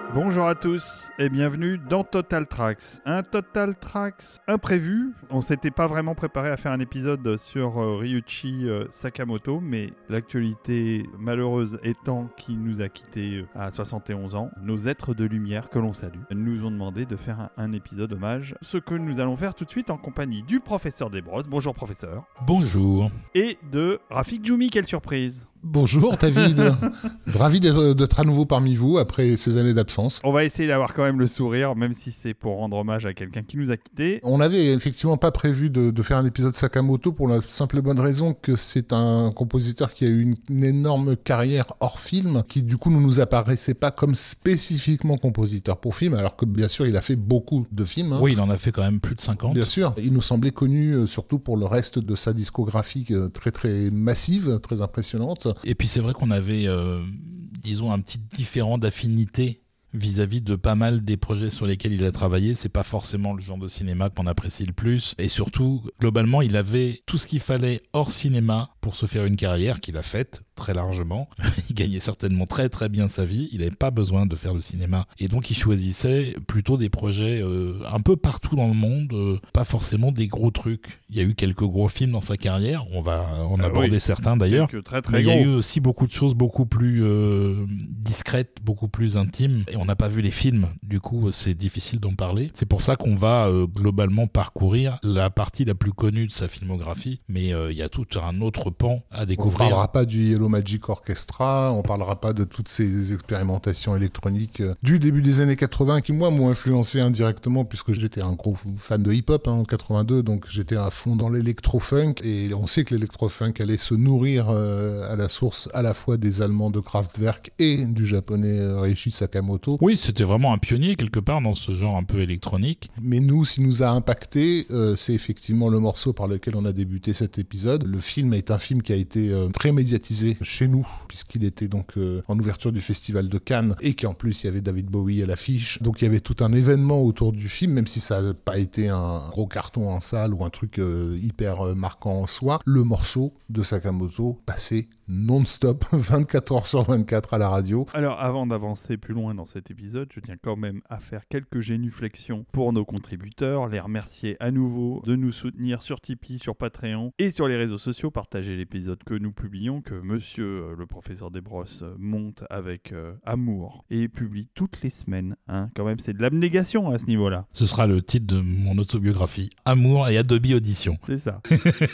Bonjour à tous et bienvenue dans Total Tracks. Un Total Tracks imprévu. On s'était pas vraiment préparé à faire un épisode sur Ryuichi Sakamoto, mais l'actualité malheureuse étant qu'il nous a quittés à 71 ans, nos êtres de lumière que l'on salue nous ont demandé de faire un épisode hommage. Ce que nous allons faire tout de suite en compagnie du professeur Desbrosses. Bonjour professeur. Bonjour. Et de Rafik Djoumi, quelle surprise. Bonjour David, ravi d'être à nouveau parmi vous après ces années d'absence. On va essayer d'avoir quand même le sourire, même si c'est pour rendre hommage à quelqu'un qui nous a quittés. On n'avait effectivement pas prévu de faire un épisode Sakamoto pour la simple et bonne raison que c'est un compositeur qui a eu une énorme carrière hors film, qui du coup ne nous apparaissait pas comme spécifiquement compositeur pour film, alors que bien sûr il a fait beaucoup de films. Oui, il en a fait quand même plus de 50. Bien sûr, il nous semblait connu surtout pour le reste de sa discographie très très massive, très impressionnante. Et puis c'est vrai qu'on avait, disons, un petit différent d'affinité vis-à-vis de pas mal des projets sur lesquels il a travaillé. C'est pas forcément le genre de cinéma qu'on apprécie le plus. Et surtout, globalement, il avait tout ce qu'il fallait hors cinéma pour se faire une carrière qu'il a faite très largement. Il gagnait certainement très très bien sa vie. Il n'avait pas besoin de faire le cinéma. Et donc il choisissait plutôt des projets un peu partout dans le monde, pas forcément des gros trucs. Il y a eu quelques gros films dans sa carrière. On va en aborder certains d'ailleurs. Très, très mais gros. Il y a eu aussi beaucoup de choses beaucoup plus discrètes, beaucoup plus intimes. Et on n'a pas vu les films. Du coup, c'est difficile d'en parler. C'est pour ça qu'on va globalement parcourir la partie la plus connue de sa filmographie. Mais il y a tout un autre pan à découvrir. On ne parlera pas du Yellow Magic Orchestra, on parlera pas de toutes ces expérimentations électroniques du début des années 80 qui, moi, m'ont influencé indirectement puisque j'étais un gros fan de hip-hop en 82, donc j'étais à fond dans l'électro-funk et on sait que l'électro-funk allait se nourrir à la source à la fois des Allemands de Kraftwerk et du japonais Ryuichi Sakamoto. Oui, c'était vraiment un pionnier quelque part dans ce genre un peu électronique. Mais nous, ce qui nous a impacté, c'est effectivement le morceau par lequel on a débuté cet épisode. Le film est un film qui a été très médiatisé chez nous, puisqu'il était donc en ouverture du Festival de Cannes, et qu'en plus il y avait David Bowie à l'affiche. Donc il y avait tout un événement autour du film, même si ça n'a pas été un gros carton en salle ou un truc hyper marquant en soi. Le morceau de Sakamoto passait non-stop, 24 heures sur 24 à la radio. Alors avant d'avancer plus loin dans cet épisode, je tiens quand même à faire quelques génuflexions pour nos contributeurs, les remercier à nouveau de nous soutenir sur Tipeee, sur Patreon et sur les réseaux sociaux, partager l'épisode que nous publions, que monsieur le professeur Desbrosses monte avec amour et publie toutes les semaines. Quand même, c'est de l'abnégation à ce niveau-là. Ce sera le titre de mon autobiographie, Amour et Adobe Audition. C'est ça.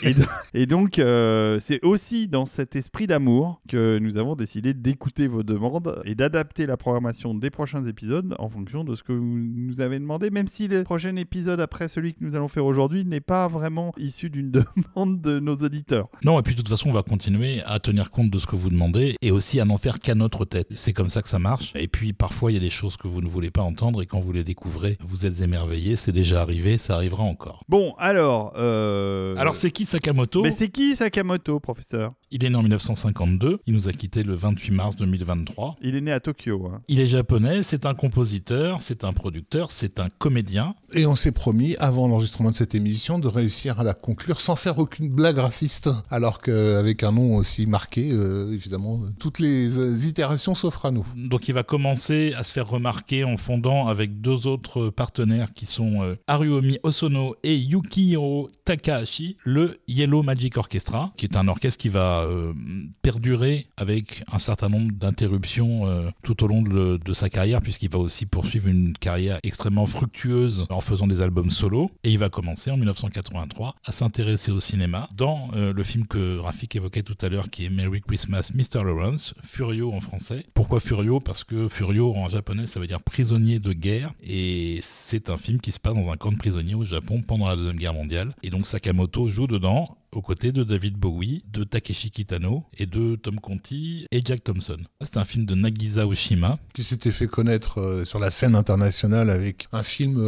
et donc, c'est aussi dans cet esprit d'amour que nous avons décidé d'écouter vos demandes et d'adapter la programmation des prochains épisodes en fonction de ce que vous nous avez demandé, même si le prochain épisode après celui que nous allons faire aujourd'hui n'est pas vraiment issu d'une demande de nos auditeurs. Non, et puis de toute façon, on va continuer à tenir compte de ce que vous demandez et aussi à n'en faire qu'à notre tête. C'est comme ça que ça marche. Et puis parfois, il y a des choses que vous ne voulez pas entendre et quand vous les découvrez, vous êtes émerveillés. C'est déjà arrivé, ça arrivera encore. Bon, alors... Alors c'est qui Sakamoto ? Mais c'est qui Sakamoto, professeur ? Il est né en 1952, il nous a quittés le 28 mars 2023. Il est né à Tokyo. Il est japonais, c'est un compositeur, c'est un producteur, c'est un comédien. Et on s'est promis, avant l'enregistrement de cette émission, de réussir à la conclure sans faire aucune blague raciste. Alors qu'avec un nom aussi marqué, évidemment, toutes les itérations s'offrent à nous. Donc il va commencer à se faire remarquer en fondant avec deux autres partenaires qui sont Haruomi Hosono et Yukihiro Takahashi, le Yellow Magic Orchestra, qui est un orchestre qui va perdurer avec un certain nombre d'interruptions tout au long de sa carrière, puisqu'il va aussi poursuivre une carrière extrêmement fructueuse en faisant des albums solo. Et il va commencer en 1983 à s'intéresser au cinéma dans le film que Rafik évoquait tout à l'heure, qui est Merry Christmas Mr. Lawrence, Furio en français. Pourquoi Furio ? Parce que Furio en japonais ça veut dire prisonnier de guerre, et c'est un film qui se passe dans un camp de prisonniers au Japon pendant la Deuxième Guerre mondiale. Et donc Sakamoto joue dedans aux côtés de David Bowie, de Takeshi Kitano et de Tom Conti et Jack Thompson. C'est un film de Nagisa Oshima qui s'était fait connaître sur la scène internationale avec un film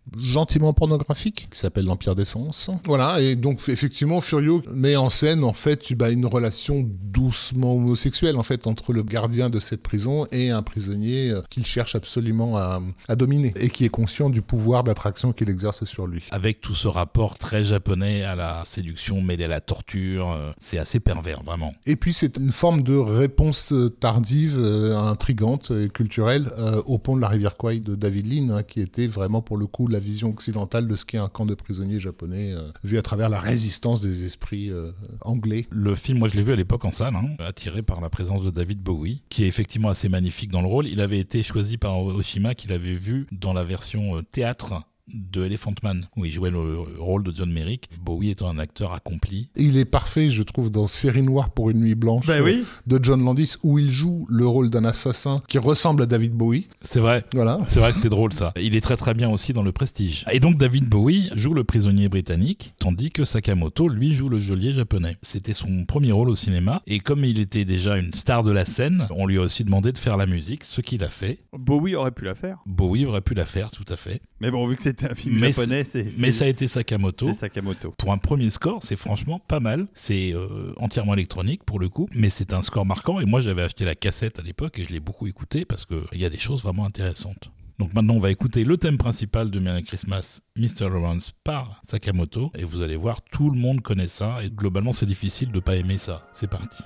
gentiment pornographique qui s'appelle l'Empire des Sens. Voilà, et donc effectivement Furio met en scène en fait une relation doucement homosexuelle en fait entre le gardien de cette prison et un prisonnier qu'il cherche absolument à dominer et qui est conscient du pouvoir d'attraction qu'il exerce sur lui. Avec tout ce rapport très japonais à la séduction mêlée à la torture, c'est assez pervers vraiment. Et puis c'est une forme de réponse tardive, intrigante et culturelle au pont de la rivière Kwai de David Lean, qui était vraiment pour le coup la vision occidentale de ce qu'est un camp de prisonniers japonais vu à travers la résistance des esprits anglais. Le film, moi je l'ai vu à l'époque en salle, attiré par la présence de David Bowie, qui est effectivement assez magnifique dans le rôle. Il avait été choisi par Oshima, qu'il avait vu dans la version théâtre de Elephant Man, où il jouait le rôle de John Merrick, Bowie étant un acteur accompli. Il est parfait, je trouve, dans Série Noire pour une nuit blanche de John Landis, où il joue le rôle d'un assassin qui ressemble à David Bowie. C'est vrai, voilà. C'est vrai que c'était drôle ça. Il est très très bien aussi dans Le Prestige. Et donc David Bowie joue le prisonnier britannique, tandis que Sakamoto, lui, joue le geôlier japonais. C'était son premier rôle au cinéma, et comme il était déjà une star de la scène, on lui a aussi demandé de faire la musique, ce qu'il a fait. Bowie aurait pu la faire. Bowie aurait pu la faire, tout à fait. Mais bon, vu que c'était un film japonais, mais ça a été Sakamoto. C'est Sakamoto. Pour un premier score, c'est franchement pas mal. C'est entièrement électronique pour le coup, mais c'est un score marquant. Et moi, j'avais acheté la cassette à l'époque et je l'ai beaucoup écouté parce qu'il y a des choses vraiment intéressantes. Donc maintenant, on va écouter le thème principal de Merry Christmas, Mr. Lawrence par Sakamoto. Et vous allez voir, tout le monde connaît ça. Et globalement, c'est difficile de pas aimer ça. C'est parti.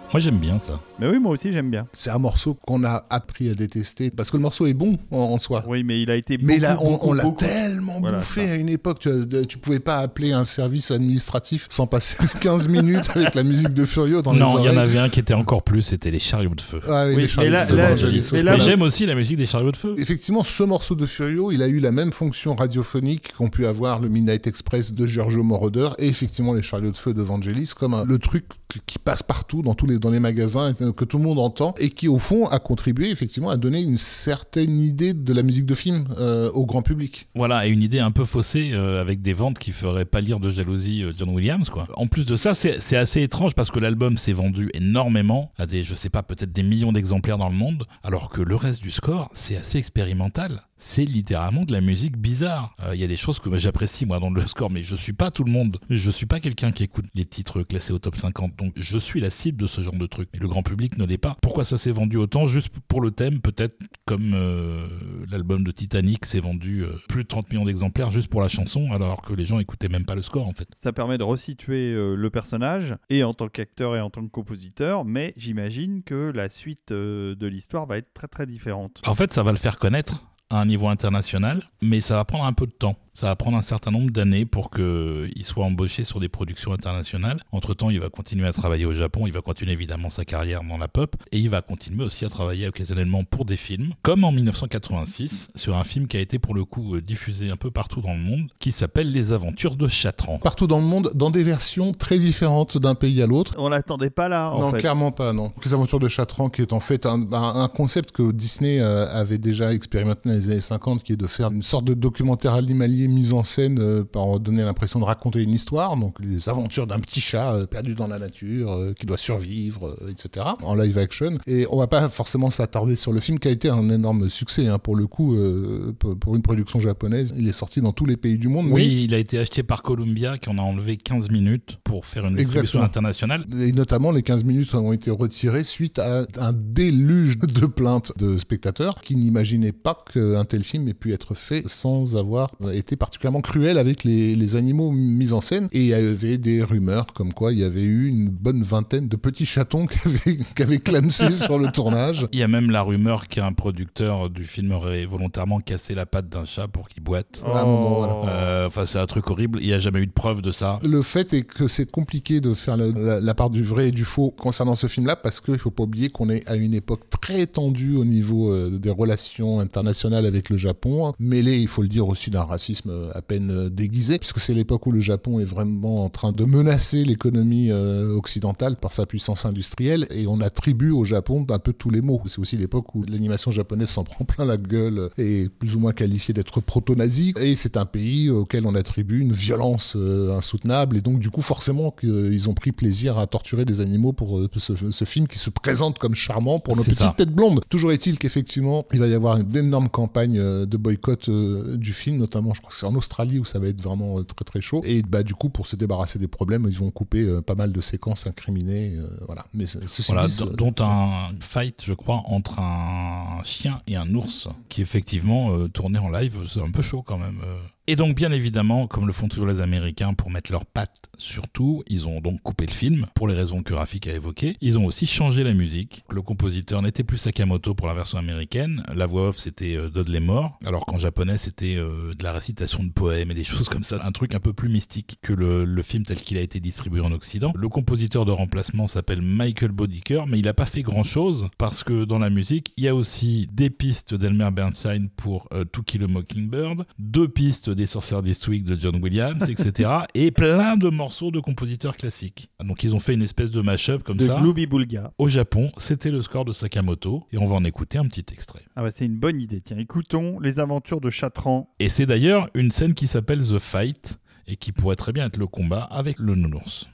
Moi j'aime bien ça. Mais oui, moi aussi j'aime bien. C'est un morceau qu'on a appris à détester parce que le morceau est bon en soi. Oui, mais il a été Mais beaucoup, là, on l'a beaucoup. tellement Voilà, bouffé ça. à une époque. Tu pouvais pas appeler un service administratif sans passer 15 minutes avec la musique de Furio dans les Non, il y en oreilles. avait un qui était encore plus, c'était les chariots de feu. Ah oui, Oui, les chariots mais là- de feu là- d'Evangelis. mais là- Mais j'aime aussi la musique des chariots de feu. Effectivement, ce morceau de Furio, il a eu la même fonction radiophonique qu'ont pu avoir le Midnight Express de Giorgio Moroder et effectivement les chariots de feu de Vangelis, comme le truc qui passe partout dans les magasins, que tout le monde entend, et qui au fond a contribué effectivement à donner une certaine idée de la musique de film au grand public. Voilà, et une idée un peu faussée avec des ventes qui feraient pas lire de jalousie John Williams, quoi. En plus de ça, c'est assez étrange parce que l'album s'est vendu énormément à des, je sais pas, peut-être des millions d'exemplaires dans le monde, alors que le reste du score, c'est assez expérimental. C'est littéralement de la musique bizarre. Il y a des choses que j'apprécie moi dans le score, mais je suis pas tout le monde. Je suis pas quelqu'un qui écoute les titres classés au top 50, donc je suis la cible de ce genre de truc. Mais le grand public ne l'est pas. Pourquoi ça s'est vendu autant? Juste pour le thème, peut-être comme l'album de Titanic s'est vendu plus de 30 millions d'exemplaires juste pour la chanson, alors que les gens écoutaient même pas le score en fait. Ça permet de resituer le personnage, et en tant qu'acteur et en tant que compositeur, mais j'imagine que la suite de l'histoire va être très très différente. En fait, ça va le faire connaître à un niveau international, mais ça va prendre un peu de temps. Ça va prendre un certain nombre d'années pour qu'il soit embauché sur des productions internationales. Entre-temps, il va continuer à travailler au Japon, il va continuer évidemment sa carrière dans la pop, et il va continuer aussi à travailler occasionnellement pour des films, comme en 1986, sur un film qui a été pour le coup diffusé un peu partout dans le monde, qui s'appelle Les Aventures de Chatran. Partout dans le monde, dans des versions très différentes d'un pays à l'autre. On l'attendait pas là, en Non, fait. clairement pas, non. Les Aventures de Chatran, qui est en fait un concept que Disney avait déjà expérimenté dans les années 50, qui est de faire une sorte de documentaire animalier mis en scène pour donner l'impression de raconter une histoire, donc les aventures d'un petit chat perdu dans la nature, qui doit survivre, etc., en live action. Et on va pas forcément s'attarder sur le film, qui a été un énorme succès, hein, pour le coup, pour une production japonaise. Il est sorti dans tous les pays du monde. Oui, il a été acheté par Columbia, qui en a enlevé 15 minutes pour faire une distribution Exactement. internationale. Et notamment, les 15 minutes ont été retirées suite à un déluge de plaintes de spectateurs qui n'imaginaient pas qu'un tel film ait pu être fait sans avoir été particulièrement cruel avec les animaux mis en scène. Et il y avait des rumeurs comme quoi il y avait eu une bonne vingtaine de petits chatons qui avaient clamsé sur le tournage. Il y a même la rumeur qu'un producteur du film aurait volontairement cassé la patte d'un chat pour qu'il boite. À un moment, voilà. Enfin, c'est un truc horrible. Il n'y a jamais eu de preuve de ça. Le fait est que c'est compliqué de faire la part du vrai et du faux concernant ce film-là, parce qu'il ne faut pas oublier qu'on est à une époque très tendue au niveau des relations internationales avec le Japon, mêlé, il faut le dire, aussi d'un racisme à peine déguisé, puisque c'est l'époque où le Japon est vraiment en train de menacer l'économie occidentale par sa puissance industrielle, et on attribue au Japon un peu tous les maux. C'est aussi l'époque où l'animation japonaise s'en prend plein la gueule et est plus ou moins qualifiée d'être proto-nazi, et c'est un pays auquel on attribue une violence insoutenable, et donc du coup forcément qu'ils ont pris plaisir à torturer des animaux pour ce film qui se présente comme charmant pour nos C'est petites ça. têtes blondes. Toujours est-il qu'effectivement il va y avoir une énorme campagne de boycott du film, notamment je crois que c'est en Australie où ça va être vraiment très très chaud, et bah du coup pour se débarrasser des problèmes ils vont couper pas mal de séquences incriminées, voilà. Mais ceci Voilà, dit, dont un fight, je crois, entre un chien et un ours, qui effectivement tourné en live, c'est un peu chaud quand même. Et donc, bien évidemment, comme le font toujours les Américains pour mettre leurs pattes sur tout, ils ont donc coupé le film, pour les raisons que Rafik a évoquées. Ils ont aussi changé la musique. Le compositeur n'était plus Sakamoto pour la version américaine. La voix off, c'était Dudley Moore, alors qu'en japonais, c'était de la récitation de poèmes et des choses comme ça. Un truc un peu plus mystique que le film tel qu'il a été distribué en Occident. Le compositeur de remplacement s'appelle Michael Bodiker, mais il n'a pas fait grand-chose, parce que dans la musique, il y a aussi des pistes d'Elmer Bernstein pour To Kill a Mockingbird, 2 pistes des Sorcières d'Eastwick de John Williams, etc. et plein de morceaux de compositeurs classiques. Donc ils ont fait une espèce de mash-up comme De ça. Glooby Boulga. Au Japon, c'était le score de Sakamoto, et on va en écouter un petit extrait. Ah bah c'est une bonne idée. Tiens, écoutons Les Aventures de Chatran. Et c'est d'ailleurs une scène qui s'appelle The Fight, et qui pourrait très bien être le combat avec le nounours.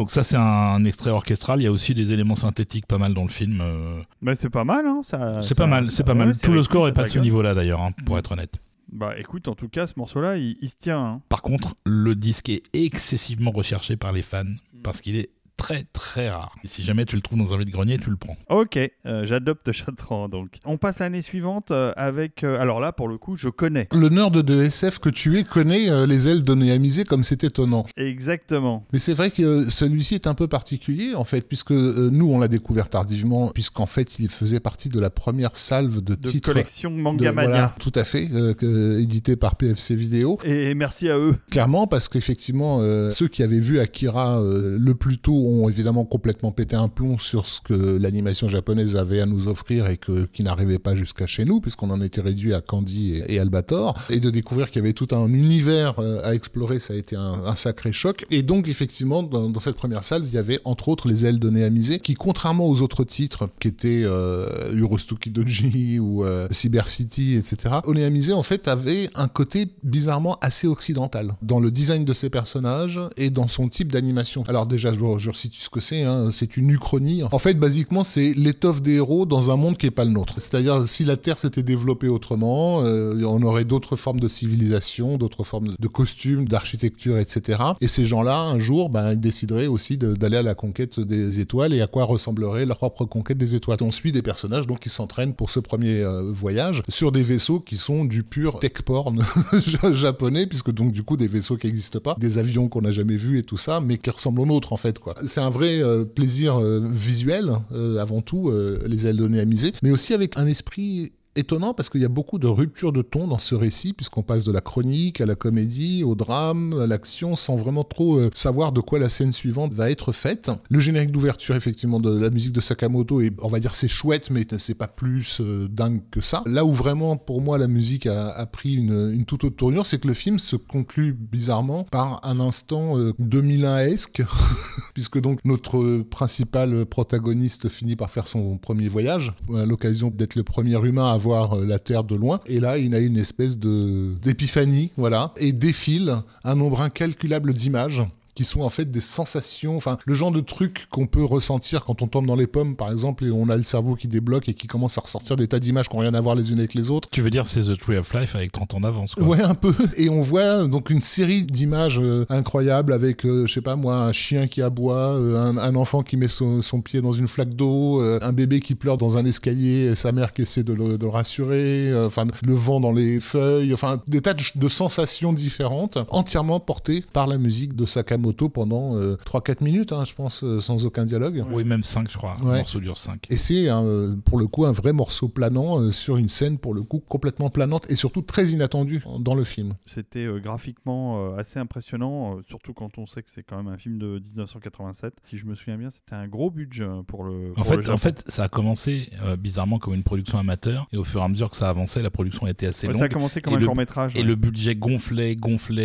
Donc ça, c'est un extrait orchestral. Il y a aussi des éléments synthétiques pas mal dans le film. Mais c'est pas mal, hein, c'est pas mal. Ouais, Tout le score est pas de de ce niveau-là d'ailleurs, hein, pour être honnête. Bah écoute, en tout cas, ce morceau-là, il se tient. Hein. Par contre, le disque est excessivement recherché par les fans parce qu'il est très très rare. Et si jamais tu le trouves dans un vide-grenier, tu le prends. Ok, j'adopte Chatran donc. On passe à l'année suivante avec... alors là, pour le coup, je connais. Le nerd de SF que tu es connaît Les ailes données à miser, comme c'est étonnant. Exactement. Mais c'est vrai que celui-ci est un peu particulier, en fait, puisque nous, on l'a découvert tardivement, puisqu'en fait, il faisait partie de la première salve de titres... collection Manga Mania. Voilà, tout à fait, édité par PFC Vidéo. Et merci à eux. Clairement, parce qu'effectivement, ceux qui avaient vu Akira le plus tôt ont évidemment complètement pété un plomb sur ce que l'animation japonaise avait à nous offrir et qui n'arrivait pas jusqu'à chez nous, puisqu'on en était réduit à Candy et Albator. Et de découvrir qu'il y avait tout un univers à explorer, ça a été un sacré choc. Et donc, effectivement, dans cette première salle, il y avait entre autres Les ailes données à miser, qui, contrairement aux autres titres, qui étaient Urostuki Doji ou Cyber City, etc., Oneamisé, en fait, avait un côté bizarrement assez occidental dans le design de ses personnages et dans son type d'animation. Alors déjà, je resitue ce que c'est, hein, c'est une uchronie. En fait, basiquement, c'est l'étoffe des héros dans un monde qui n'est pas le nôtre. C'est-à-dire, si la Terre s'était développée autrement, on aurait d'autres formes de civilisation, d'autres formes de costumes, d'architecture, etc. Et ces gens-là, un jour, ils décideraient aussi d'aller à la conquête des étoiles et à quoi ressemblerait leur propre conquête des étoiles. On suit des personnages donc qui s'entraînent pour ce premier voyage sur des vaisseaux qui sont du pur tech porn japonais, puisque donc du coup des vaisseaux qui n'existent pas, des avions qu'on n'a jamais vus et tout ça, mais qui ressemblent aux nôtres en fait, quoi. C'est un vrai plaisir visuel, avant tout, Les ailes données à miser, mais aussi avec un esprit étonnant parce qu'il y a beaucoup de ruptures de ton dans ce récit, puisqu'on passe de la chronique à la comédie, au drame, à l'action, sans vraiment trop savoir de quoi la scène suivante va être faite. Le générique d'ouverture, effectivement, de la musique de Sakamoto, on va dire c'est chouette, mais c'est pas plus dingue que ça. Là où vraiment, pour moi, la musique a pris une toute autre tournure, c'est que le film se conclut bizarrement par un instant 2001-esque, puisque donc notre principal protagoniste finit par faire son premier voyage, à l'occasion d'être le premier humain à voir la Terre de loin, et là il a une espèce d'épiphanie, voilà, et défile un nombre incalculable d'images qui sont en fait des sensations, enfin le genre de truc qu'on peut ressentir quand on tombe dans les pommes par exemple et on a le cerveau qui débloque et qui commence à ressortir des tas d'images qui n'ont rien à voir les unes avec les autres. Tu veux dire c'est The Tree of Life avec 30 ans d'avance, quoi. Ouais, un peu. Et on voit donc une série d'images incroyables avec, je sais pas moi, un chien qui aboie, un enfant qui met son pied dans une flaque d'eau, un bébé qui pleure dans un escalier, sa mère qui essaie de le rassurer, enfin le vent dans les feuilles, enfin des tas de sensations différentes, entièrement portées par la musique de Sakamoto pendant 3-4 minutes, hein, je pense, sans aucun dialogue. Oui, même 5, je crois. Ouais. Le morceau dure 5. Et c'est, pour le coup, un vrai morceau planant sur une scène, pour le coup, complètement planante et surtout très inattendue dans le film. C'était graphiquement assez impressionnant, surtout quand on sait que c'est quand même un film de 1987. Si je me souviens bien, c'était un gros budget pour le Japon. En fait, ça a commencé bizarrement comme une production amateur, et au fur et à mesure que ça avançait, la production était assez longue. Ça a commencé comme un court-métrage. Et le budget gonflait,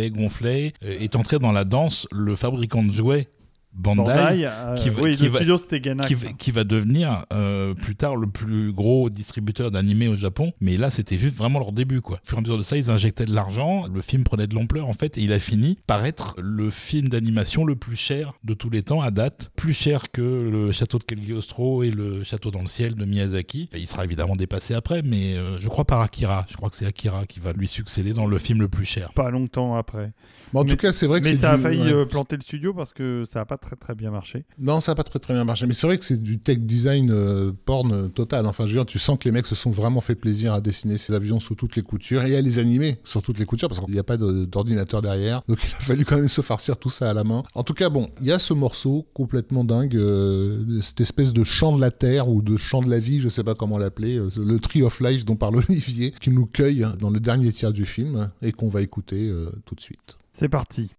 est entré dans la danse le fabricant de jouets Bandai, le studio c'était Gainax, qui va devenir plus tard le plus gros distributeur d'animés au Japon, mais là c'était juste vraiment leur début, quoi. Au fur et à mesure de ça, ils injectaient de l'argent, le film prenait de l'ampleur en fait, et il a fini par être le film d'animation le plus cher de tous les temps à date, plus cher que le château de Cagliostro et le château dans le ciel de Miyazaki. Et il sera évidemment dépassé après, mais je crois par Akira. Je crois que c'est Akira qui va lui succéder dans le film le plus cher. Pas longtemps après. En tout cas, c'est vrai que ça a failli planter le studio parce que ça a pas très bien marché. Non, ça a pas très bien marché, mais c'est vrai que c'est du tech design porn total. Enfin, je veux dire, tu sens que les mecs se sont vraiment fait plaisir à dessiner ces avions sous toutes les coutures et à les animer sur toutes les coutures parce qu'il n'y a pas d'ordinateur derrière. Donc il a fallu quand même se farcir tout ça à la main. En tout cas, bon, il y a ce morceau complètement dingue, cette espèce de chant de la terre ou de chant de la vie, je sais pas comment l'appeler, le Tree of Life dont parle Olivier, qui nous cueille dans le dernier tiers du film et qu'on va écouter tout de suite. C'est parti.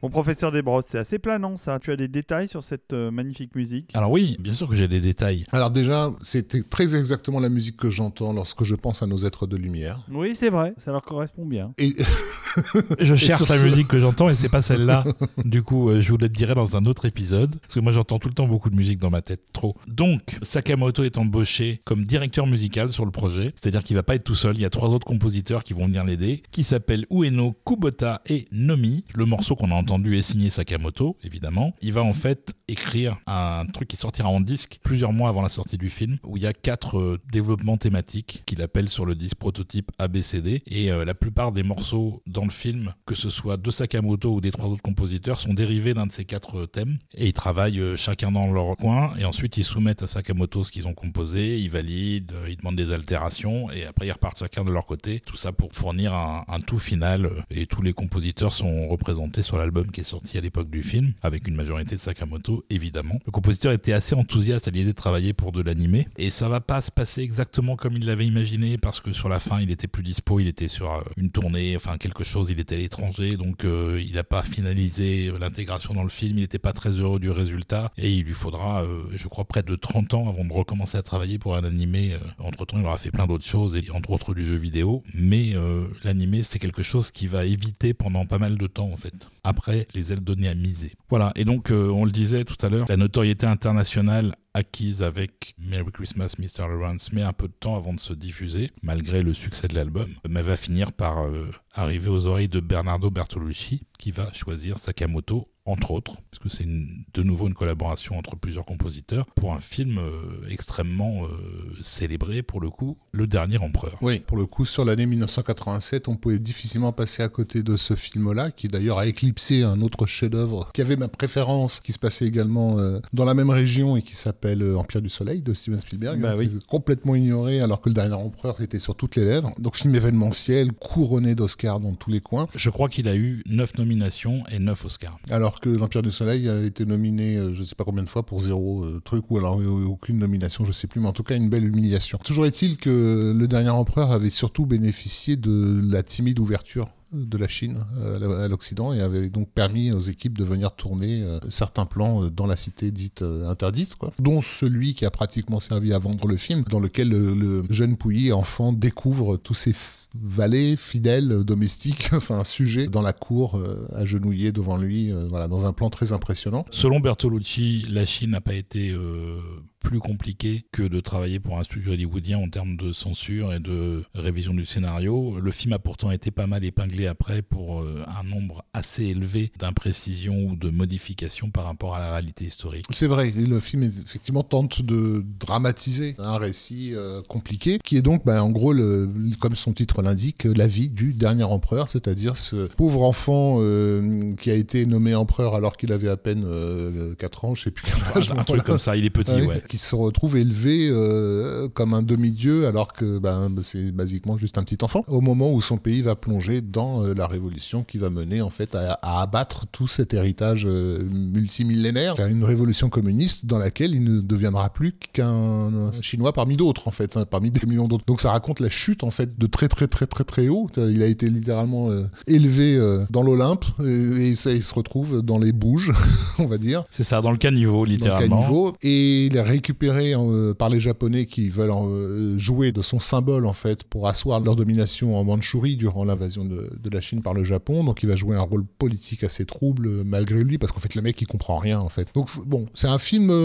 Mon professeur Desbrosses, c'est assez planant ça. Tu as des détails sur cette magnifique musique? Alors oui, bien sûr que j'ai des détails. Alors déjà, c'était très exactement la musique que j'entends lorsque je pense à nos êtres de lumière. Oui, c'est vrai, ça leur correspond bien. Et Je cherche la musique que j'entends et c'est pas celle-là. Du coup, je vous le dirai dans un autre épisode. Parce que moi, j'entends tout le temps beaucoup de musique dans ma tête, trop. Donc, Sakamoto est embauché comme directeur musical sur le projet. C'est-à-dire qu'il va pas être tout seul. Il y a 3 autres compositeurs qui vont venir l'aider, qui s'appellent Ueno, Kubota et Nomi. Le morceau qu'on a entendu est signé Sakamoto, évidemment. Il va en fait écrire un truc qui sortira en disque plusieurs mois avant la sortie du film, où il y a 4 développements thématiques qu'il appelle sur le disque prototype ABCD. Et la plupart des morceaux dans le film, que ce soit de Sakamoto ou des 3 autres compositeurs, sont dérivés d'un de ces 4 thèmes. Et ils travaillent chacun dans leur coin. Et ensuite, ils soumettent à Sakamoto ce qu'ils ont composé. Ils valident, ils demandent des altérations. Et après, ils repartent chacun de leur côté. Tout ça pour fournir un tout final. Et tous les compositeurs sont représentés sur l'album qui est sorti à l'époque du film, avec une majorité de Sakamoto, évidemment. Le compositeur était assez enthousiaste à l'idée de travailler pour de l'animé. Et ça va pas se passer exactement comme il l'avait imaginé, parce que sur la fin, il était plus dispo. Il était sur une tournée, enfin quelque chose. Il était à l'étranger, donc il n'a pas finalisé l'intégration dans le film. Il n'était pas très heureux du résultat. Et il lui faudra, je crois, près de 30 ans avant de recommencer à travailler pour un animé. Entre-temps, il aura fait plein d'autres choses, et entre autres du jeu vidéo. Mais l'animé, c'est quelque chose qu'il va éviter pendant pas mal de temps, en fait. Après, les ailes données à miser. Voilà, et donc, on le disait tout à l'heure, la notoriété internationale acquise avec Merry Christmas Mr. Lawrence met un peu de temps avant de se diffuser, malgré le succès de l'album, mais va finir par arriver aux oreilles de Bernardo Bertolucci, qui va choisir Sakamoto, entre autres, parce que c'est de nouveau une collaboration entre plusieurs compositeurs, pour un film extrêmement célébré, pour le coup, Le Dernier Empereur. oui, pour le coup, sur l'année 1987, on pouvait difficilement passer à côté de ce film-là, qui d'ailleurs a éclipsé un autre chef-d'œuvre qui avait ma préférence, qui se passait également dans la même région et qui s'appelle Empire du Soleil de Steven Spielberg, Bah oui. complètement ignoré alors que Le Dernier Empereur était sur toutes les lèvres. Donc film événementiel, couronné d'Oscars dans tous les coins. Je crois qu'il a eu 9 nominations et 9 Oscars. Alors que L'Empire du Soleil a été nominé je ne sais pas combien de fois pour 0 truc, ou alors aucune nomination, je ne sais plus, mais en tout cas une belle humiliation. Toujours est-il que Le Dernier Empereur avait surtout bénéficié de la timide ouverture de la Chine à l'Occident et avait donc permis aux équipes de venir tourner certains plans dans la cité dite interdite, quoi. Dont celui qui a pratiquement servi à vendre le film, dans lequel le jeune Pouilly, enfant, découvre tous ces valets, fidèles, domestiques, enfin sujets dans la cour, agenouillés devant lui, voilà, dans un plan très impressionnant. Selon Bertolucci, la Chine n'a pas été plus compliqué que de travailler pour un studio hollywoodien en termes de censure et de révision du scénario. Le film a pourtant été pas mal épinglé après pour un nombre assez élevé d'imprécisions ou de modifications par rapport à la réalité historique. C'est vrai, et le film effectivement tente de dramatiser un récit compliqué, qui est donc en gros, comme son titre l'indique, la vie du dernier empereur, c'est-à-dire ce pauvre enfant qui a été nommé empereur alors qu'il avait à peine 4 ans, je sais plus quel âge. Un truc comme ça, il est petit, ouais. Qui se retrouve élevé comme un demi-dieu alors que c'est basiquement juste un petit enfant, au moment où son pays va plonger dans la révolution qui va mener en fait à abattre tout cet héritage multimillénaire. C'est une révolution communiste dans laquelle il ne deviendra plus qu'un Chinois parmi d'autres en fait, parmi des millions d'autres. Donc ça raconte la chute en fait de très très très très très haut. Il a été littéralement élevé dans l'Olympe et ça, il se retrouve dans les Bouges, on va dire. C'est ça, dans le caniveau littéralement. Dans le caniveau, et il est récupéré par les Japonais qui veulent jouer de son symbole en fait pour asseoir leur domination en Mandchourie durant l'invasion de la Chine par le Japon. Donc il va jouer un rôle politique assez trouble malgré lui, parce qu'en fait le mec il comprend rien en fait. Donc bon, c'est un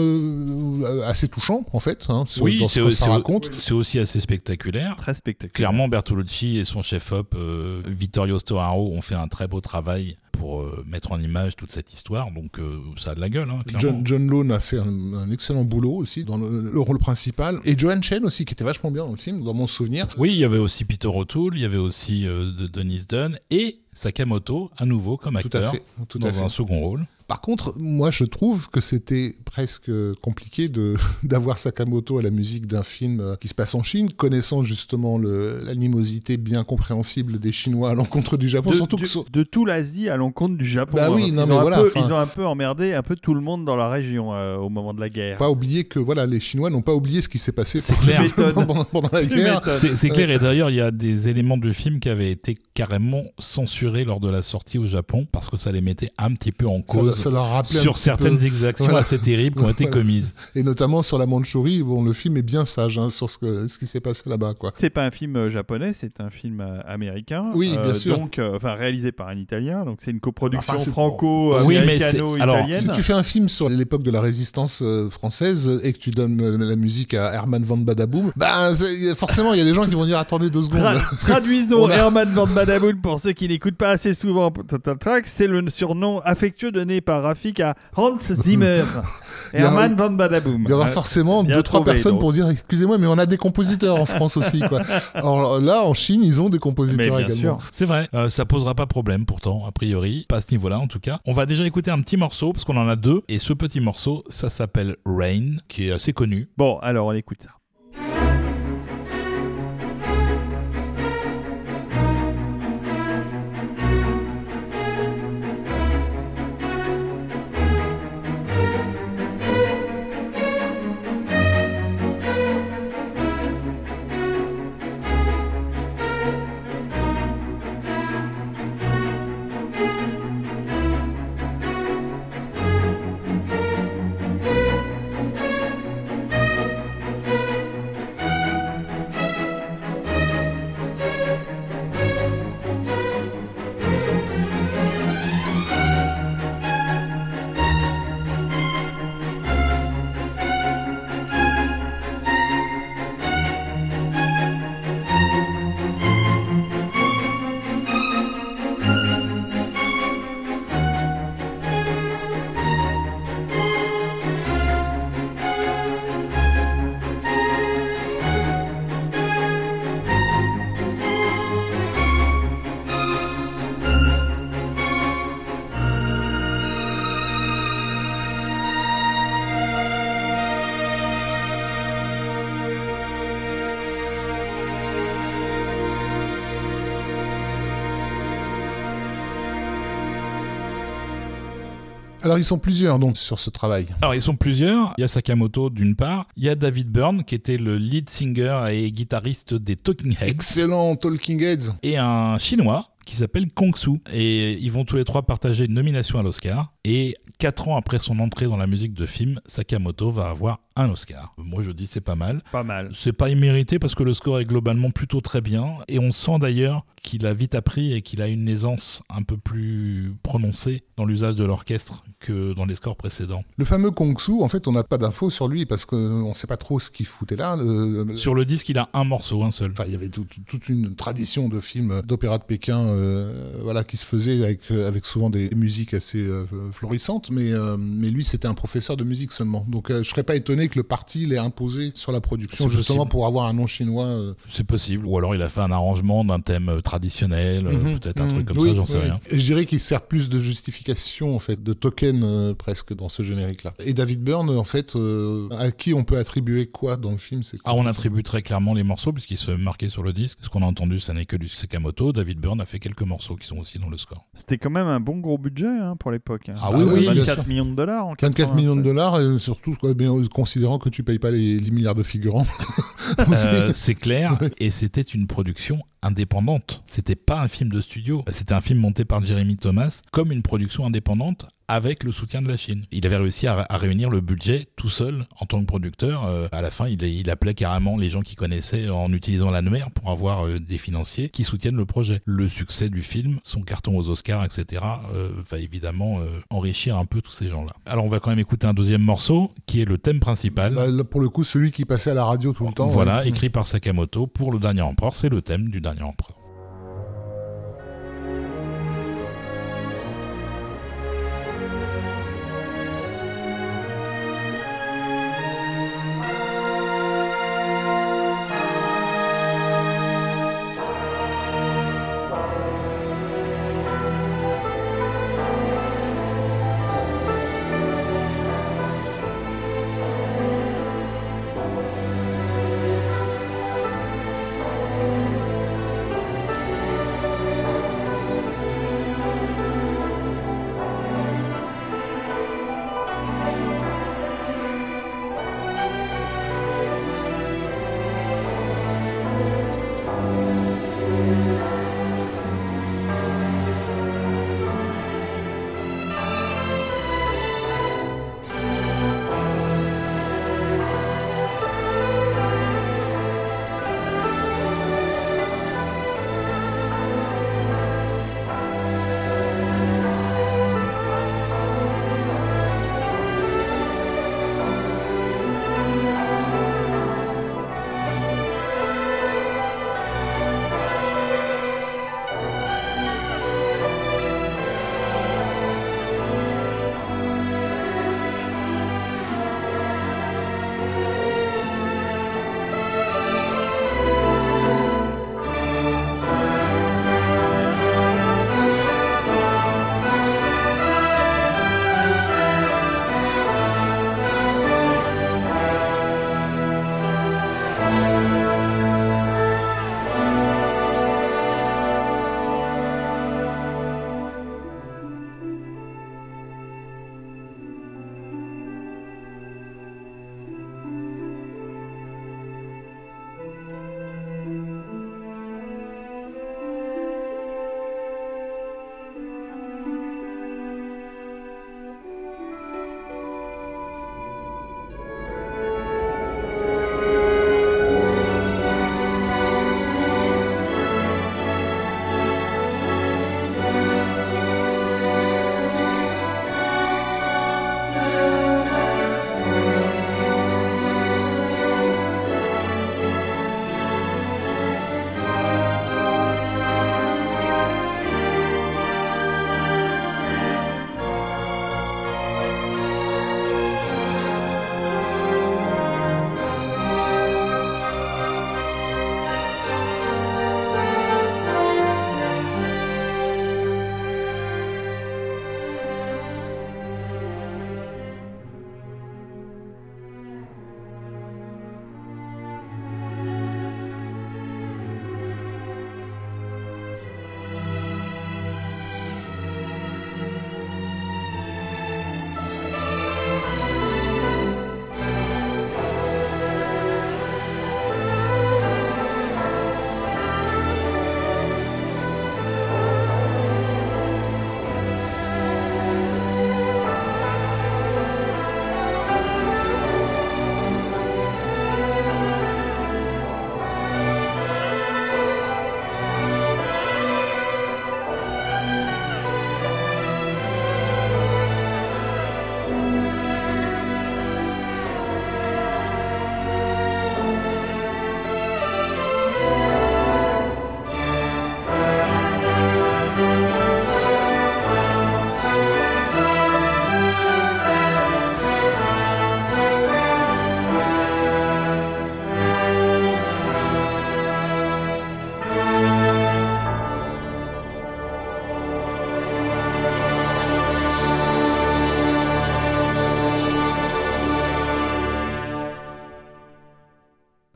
film assez touchant en fait, hein, oui, dans ce que ça raconte. C'est aussi assez spectaculaire. Très spectaculaire. Clairement, Bertolucci et son chef-op Vittorio Storaro ont fait un très beau travail pour mettre en image toute cette histoire, donc ça a de la gueule, hein, clairement. John Lone a fait un excellent boulot aussi dans le rôle principal, et Joan Chen aussi, qui était vachement bien dans le film, dans mon souvenir. Oui, il y avait aussi Peter O'Toole, il y avait aussi Dennis Dunn, et Sakamoto, à nouveau, comme acteur, tout à dans fait. un second rôle. Par contre, moi je trouve que c'était presque compliqué d'avoir Sakamoto à la musique d'un film qui se passe en Chine, connaissant justement l'animosité bien compréhensible des Chinois à l'encontre du Japon. De tout l'Asie à l'encontre du Japon. Bah oui, non, mais ils ont un peu emmerdé un peu tout le monde dans la région au moment de la guerre. Pas oublier que les Chinois n'ont pas oublié ce qui s'est passé pendant la guerre. C'est clair, et d'ailleurs il y a des éléments du film qui avaient été carrément censurés lors de la sortie au Japon parce que ça les mettait un petit peu en cause ça leur rappelait sur certaines exactions assez terribles qui ont été commises. Et notamment sur la Mandchourie, le film est bien sage sur ce qui s'est passé là-bas, quoi. C'est pas un film japonais, c'est un film américain. Oui, bien sûr. Donc, réalisé par un Italien. Donc c'est une coproduction franco-américano-italienne. Si tu fais un film sur l'époque de la résistance française et que tu donnes la musique à Herman van Badaboum, forcément il y a des gens qui vont dire attendez 2 secondes. Traduisons Herman van Badaboum pour ceux qui n'écoutent pas assez souvent Total Tracks, c'est le surnom affectueux donné par Rafik à Hans Zimmer. Herman van Badaboum. Il y aura forcément 2-3 personnes pour dire excusez-moi mais on a des compositeurs en France aussi, quoi. Alors là en Chine ils ont des compositeurs également. Sûr. C'est vrai, ça posera pas problème pourtant a priori, pas à ce niveau-là en tout cas. On va déjà écouter un petit morceau parce qu'on en a 2 et ce petit morceau ça s'appelle Rain qui est assez connu. Bon alors on écoute ça. Alors ils sont plusieurs donc sur ce travail. Alors ils sont plusieurs, il y a Sakamoto d'une part, il y a David Byrne qui était le lead singer et guitariste des Talking Heads. Excellent Talking Heads. Et un chinois qui s'appelle Kong Su. Et ils vont tous les 3 partager une nomination à l'Oscar. Et 4 ans après son entrée dans la musique de film, Sakamoto va avoir un Oscar. Moi je dis c'est pas mal. Pas mal. C'est pas immérité parce que le score est globalement plutôt très bien. Et on sent d'ailleurs qu'il a vite appris et qu'il a une aisance un peu plus prononcée dans l'usage de l'orchestre que dans les scores précédents. Le fameux Kong Su, en fait on n'a pas d'infos sur lui parce qu'on ne sait pas trop ce qu'il foutait là. Sur le disque il a un morceau, un seul. Enfin il y avait toute une tradition de films d'opéra de Pékin qui se faisait avec souvent des musiques assez florissantes, mais lui c'était un professeur de musique seulement. Donc je serais pas étonné que le parti l'ait imposé sur la production justement pour avoir un nom chinois. C'est possible, ou alors il a fait un arrangement d'un thème traditionnel, peut-être un truc comme ça, j'en sais rien. Et je dirais qu'il sert plus de justification en fait, de token presque dans ce générique-là. Et David Byrne en fait, à qui on peut attribuer quoi dans le film, c'est quoi? On attribue très clairement les morceaux puisqu'ils se marquaient sur le disque. Ce qu'on a entendu, ça n'est que du Sakamoto. David Byrne a fait quelques morceaux qui sont aussi dans le score. C'était quand même un bon gros budget pour l'époque. Ah oui, 24 millions de dollars en 24 millions de dollars, et surtout considérant que tu payes pas les 10 milliards de figurants. C'est clair, et c'était une production indépendante. C'était pas un film de studio, c'était un film monté par Jeremy Thomas comme une production indépendante avec le soutien de la Chine. Il avait réussi à réunir le budget tout seul en tant que producteur. À la fin, il appelait carrément les gens qui connaissaient en utilisant l'annuaire pour avoir des financiers qui soutiennent le projet. Le succès du film, son carton aux Oscars, etc. va évidemment enrichir un peu tous ces gens-là. Alors on va quand même écouter un deuxième morceau qui est le thème principal. Là, pour le coup, celui qui passait à la radio tout le temps. Voilà, écrit par Sakamoto pour Le Dernier Empereur. C'est le thème du Dernier Empereur.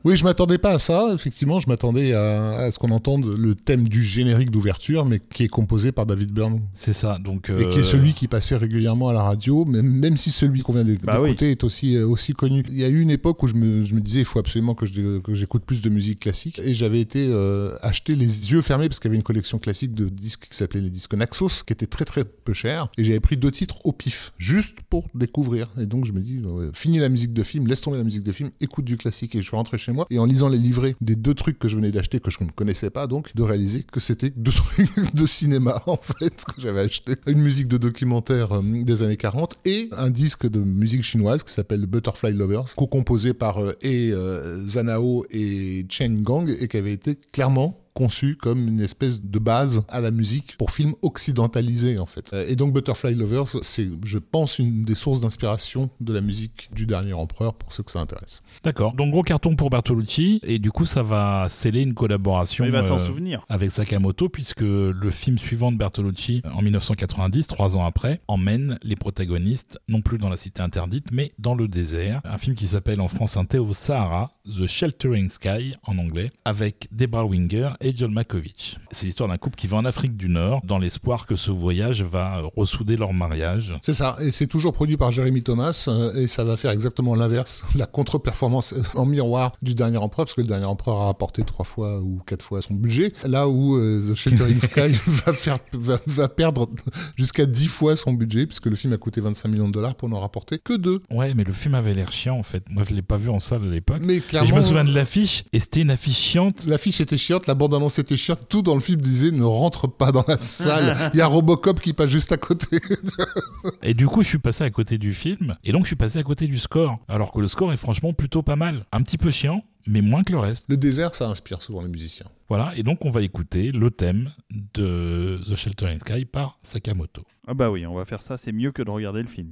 Oui, je m'attendais pas à ça. Effectivement, je m'attendais à ce qu'on entende le thème du générique d'ouverture, mais qui est composé par David Byrne. C'est ça. Donc, et qui est celui qui passait régulièrement à la radio, même si celui qu'on vient d'écouter est aussi connu. Il y a eu une époque où je me disais, il faut absolument que j'écoute plus de musique classique, et j'avais été acheter les yeux fermés parce qu'il y avait une collection classique de disques qui s'appelait les disques Naxos, qui était très très peu cher, et j'avais pris 2 titres au pif, juste pour découvrir. Et donc je me dis, finis la musique de film, laisse tomber la musique de film, écoute du classique. Et je suis rentré chez moi, et en lisant les livrets des 2 trucs que je venais d'acheter, que je ne connaissais pas, donc de réaliser que c'était 2 trucs de cinéma en fait que j'avais acheté. Une musique de documentaire des années 40 et un disque de musique chinoise qui s'appelle Butterfly Lovers, co-composé par Zanao et Chen Gang, et qui avait été clairement conçu comme une espèce de base à la musique pour films occidentalisés en fait. Et donc Butterfly Lovers, c'est, je pense, une des sources d'inspiration de la musique du Dernier Empereur pour ceux que ça intéresse. D'accord, donc gros carton pour Bertolucci, et du coup ça va sceller une collaboration il va s'en souvenir. Avec Sakamoto, puisque le film suivant de Bertolucci, en 1990, 3 ans après, emmène les protagonistes non plus dans la cité interdite, mais dans le désert. Un film qui s'appelle en France inté au Sahara, The Sheltering Sky en anglais, avec Debra Winger et John Malkovich. C'est l'histoire d'un couple qui va en Afrique du Nord dans l'espoir que ce voyage va ressouder leur mariage. C'est ça, et c'est toujours produit par Jeremy Thomas, et ça va faire exactement l'inverse, la contre-performance en miroir du Dernier Empereur, parce que le Dernier Empereur a rapporté 3 fois ou 4 fois son budget, là où The Sheltering Sky va perdre jusqu'à 10 fois son budget, puisque le film a coûté 25 millions de dollars pour n'en rapporter que 2. Ouais, mais le film avait l'air chiant en fait. Moi je l'ai pas vu en salle à l'époque. Mais clairement, et je me souviens de l'affiche, et c'était une affiche chiante. L'affiche était chiante, la bande-annonce était chiante, tout dans le film disait ne rentre pas dans la salle. Il y a Robocop qui passe juste à côté. Et du coup, je suis passé à côté du film, et donc je suis passé à côté du score. Alors que le score est franchement plutôt pas mal. Un petit peu chiant, mais moins que le reste. Le désert, ça inspire souvent les musiciens. Voilà, et donc on va écouter le thème de The Sheltering Sky par Sakamoto. Ah bah oui, on va faire ça, c'est mieux que de regarder le film.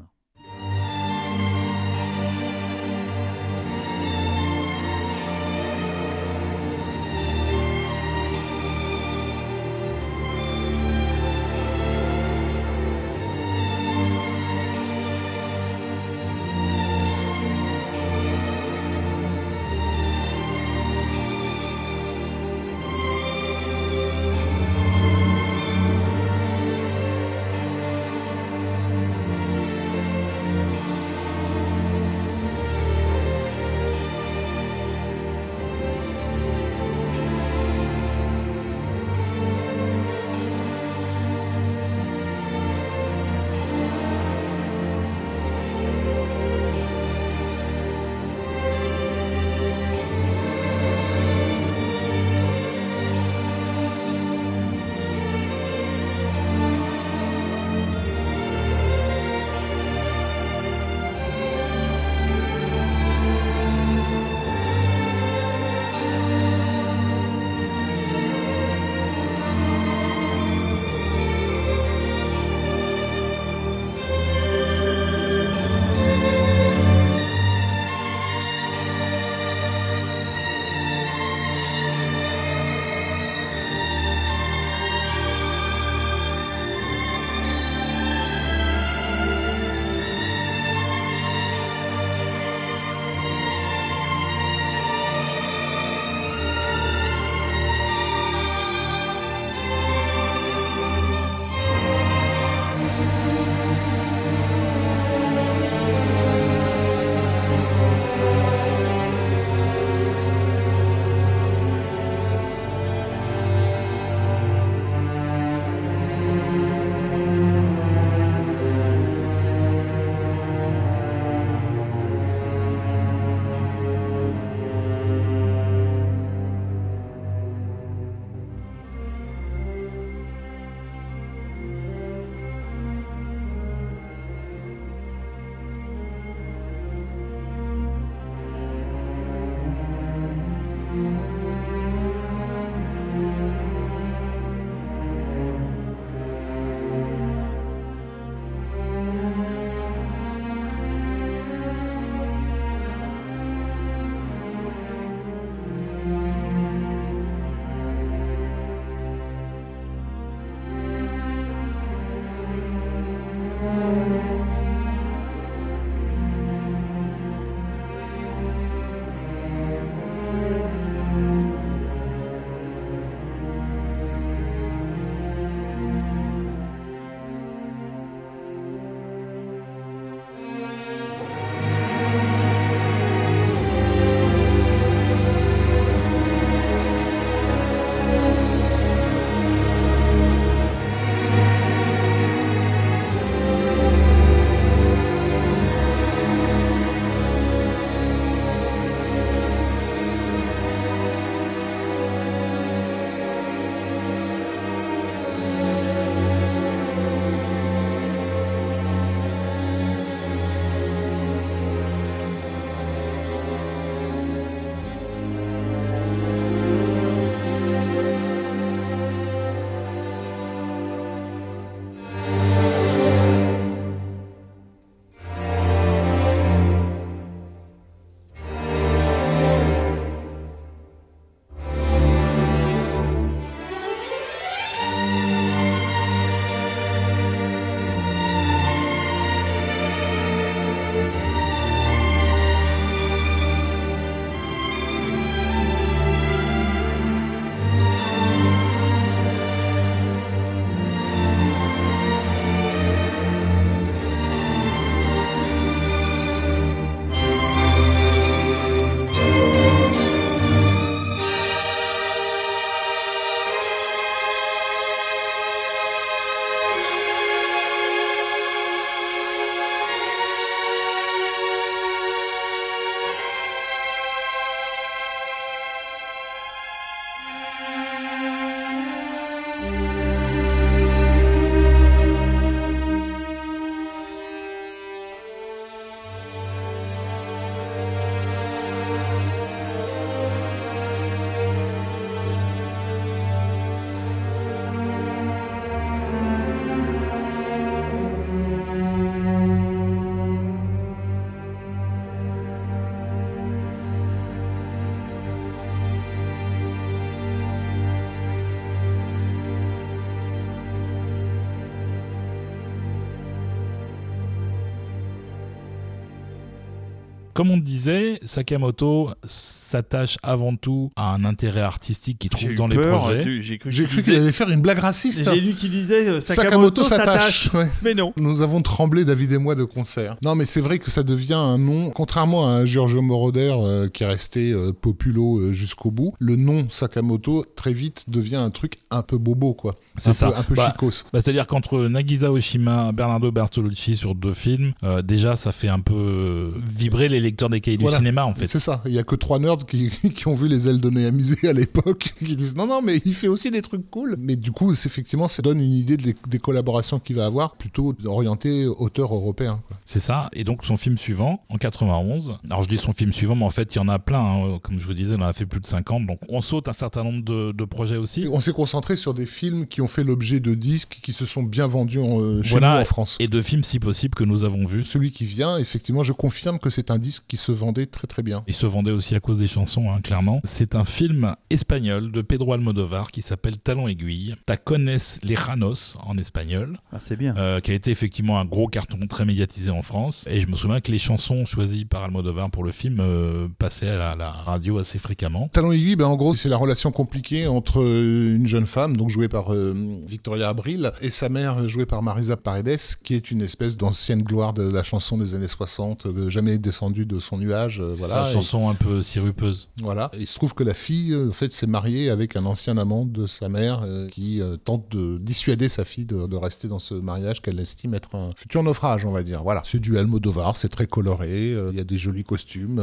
comme on disait, Sakamoto s'attache avant tout à un intérêt artistique qu'il trouve dans les projets. J'ai cru qu'il allait faire une blague raciste. J'ai lu qu'il disait Sakamoto s'attache. Ouais. Mais non. Nous avons tremblé, David et moi, de concert. Non, mais c'est vrai que ça devient un nom, contrairement à un Giorgio Moroder qui est resté populo jusqu'au bout. Le nom Sakamoto, très vite, devient un truc un peu bobo, quoi. C'est ça. Un peu chicos. C'est-à-dire qu'entre Nagisa Oshima, Bernardo Bertolucci sur 2 films, déjà ça fait un peu vibrer les lecteurs des cahiers du cinéma, en fait. C'est ça. Il y a que 3 nerds qui ont vu les ailes de Néamisé à l'époque, qui disent non, mais il fait aussi des trucs cool. Mais du coup, effectivement, ça donne une idée des collaborations qu'il va avoir, plutôt orientées auteur européen, quoi. C'est ça. Et donc son film suivant, en 91. Alors je dis son film suivant, mais en fait il y en a plein. Hein. Comme je vous disais, on en a fait plus de 50. Donc on saute un certain nombre de projets aussi. On s'est concentré sur des films qui ont fait l'objet de disques qui se sont bien vendus chez nous en France. Et de films si possible que nous avons vus. Celui qui vient, effectivement, je confirme que c'est un disque qui se vendait très très bien. Il se vendait aussi à cause des chansons, hein, clairement. C'est un film espagnol de Pedro Almodóvar qui s'appelle Talon Aiguille. Tacones Lejanos en espagnol. Ah, c'est bien. Qui a été effectivement un gros carton très médiatisé en France. Et je me souviens que les chansons choisies par Almodóvar pour le film passaient à la radio assez fréquemment. Talon Aiguille, en gros, c'est la relation compliquée entre une jeune femme, donc jouée par Victoria Abril, et sa mère, jouée par Marisa Paredes, qui est une espèce d'ancienne gloire de la chanson des années 60, jamais descendue de son nuage. Voilà, sa chanson un peu sirupeuse. Voilà. Il se trouve que la fille, en fait, s'est mariée avec un ancien amant de sa mère qui tente de dissuader sa fille de rester dans ce mariage qu'elle estime être un futur naufrage, on va dire. Voilà. C'est du Almodóvar, c'est très coloré, il y a des jolis costumes,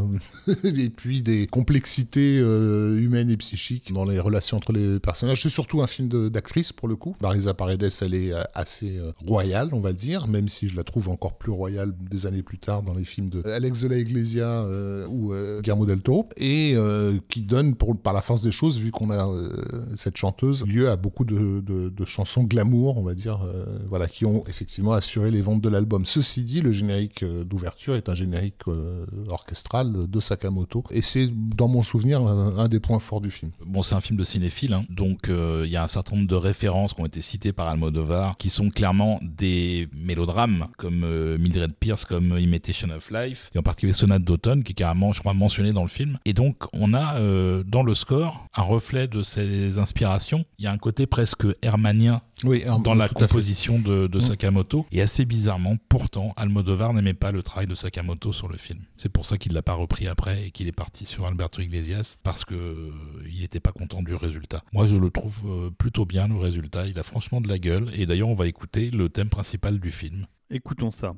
et puis des complexités humaines et psychiques dans les relations entre les personnages. C'est surtout un film d'actrice, pour le coup. Marisa Paredes, elle est assez royale, on va dire, même si je la trouve encore plus royale des années plus tard dans les films de Alex de la Iglesia ou Guillermo del Toro, et qui donne, par la force des choses, vu qu'on a cette chanteuse, lieu à beaucoup de chansons glamour, on va dire, voilà, qui ont effectivement assuré les ventes de l'album. Ceci dit, le générique d'ouverture est un générique orchestral de Sakamoto, et c'est, dans mon souvenir, un des points forts du film. Bon, c'est un film de cinéphile, hein, donc il y a un certain nombre de références qui ont été citées par Almodóvar, qui sont clairement des mélodrames, comme Mildred Pierce, comme Imitation of Life, et en particulier Sonate d'automne, qui est carrément, je crois, mentionné dans le film. Et donc, on a dans le score un reflet de ces inspirations. Il y a un côté presque hermanien dans la composition de Sakamoto. Et assez bizarrement, pourtant, Almodóvar n'aimait pas le travail de Sakamoto sur le film. C'est pour ça qu'il l'a pas repris après et qu'il est parti sur Alberto Iglesias, parce que il n'était pas content du résultat. Moi, je le trouve plutôt bien, le résultat. Il a franchement de la gueule. Et d'ailleurs, on va écouter le thème principal du film. Écoutons ça.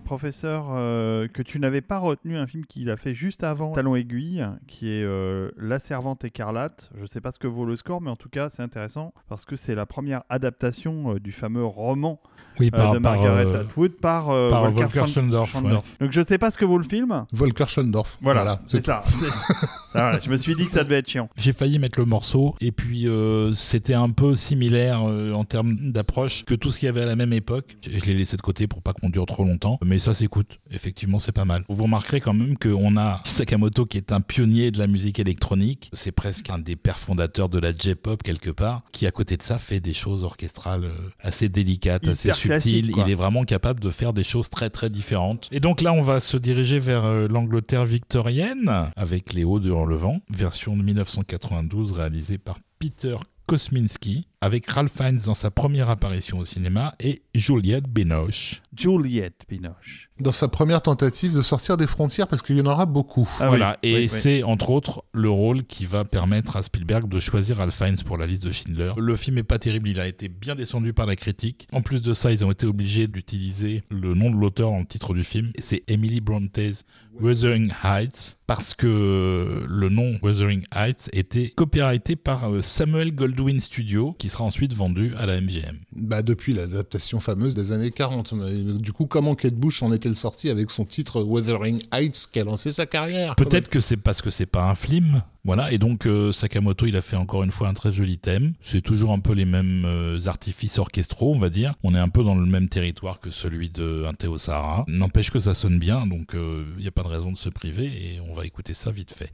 professeur, que tu n'avais pas retenu un film qu'il a fait juste avant Talon Aiguille, qui est La Servante écarlate. Je ne sais pas ce que vaut le score, mais en tout cas, c'est intéressant parce que c'est la première adaptation du fameux roman de Margaret Atwood par Volker Schlöndorff. Ouais. Donc, je ne sais pas ce que vaut le film. Volker Schlöndorff. Voilà, c'est ça. Ça, je me suis dit que ça devait être chiant. J'ai failli mettre le morceau, et puis c'était un peu similaire en termes d'approche que tout ce qu'il y avait à la même époque. Je l'ai laissé de côté pour pas qu'on dure trop longtemps, mais ça s'écoute. Effectivement, c'est pas mal. Vous remarquerez quand même qu'on a Sakamoto qui est un pionnier de la musique électronique. C'est presque un des pères fondateurs de la J-pop quelque part, qui à côté de ça fait des choses orchestrales assez délicates, assez subtiles. Il est vraiment capable de faire des choses très très différentes. Et donc là, on va se diriger vers l'Angleterre victorienne avec Les Hauts dehors le vent, version de 1992 réalisée par Peter Kosminski, avec Ralph Fiennes dans sa première apparition au cinéma et Juliette Binoche. Dans sa première tentative de sortir des frontières, parce qu'il y en aura beaucoup. Voilà, c'est entre autres le rôle qui va permettre à Spielberg de choisir Ralph Fiennes pour la liste de Schindler. Le film est pas terrible, il a été bien descendu par la critique. En plus de ça, ils ont été obligés d'utiliser le nom de l'auteur dans le titre du film. C'est Emily Bronte's Wuthering Heights, parce que le nom Wuthering Heights était copyrighté par Samuel Goldwyn Studio, qui sera ensuite vendu à la MGM. Depuis l'adaptation fameuse des années 40. Du coup, comment Kate Bush en est-elle sortie avec son titre Wuthering Heights qui a lancé sa carrière? Peut-être que c'est parce que c'est pas un film. Voilà, et donc Sakamoto, il a fait encore une fois un très joli thème. C'est toujours un peu les mêmes artifices orchestraux, on va dire. On est un peu dans le même territoire que celui de Un Théo Sahara. N'empêche que ça sonne bien, donc il n'y a pas de raison de se priver, et on va écouter ça vite fait.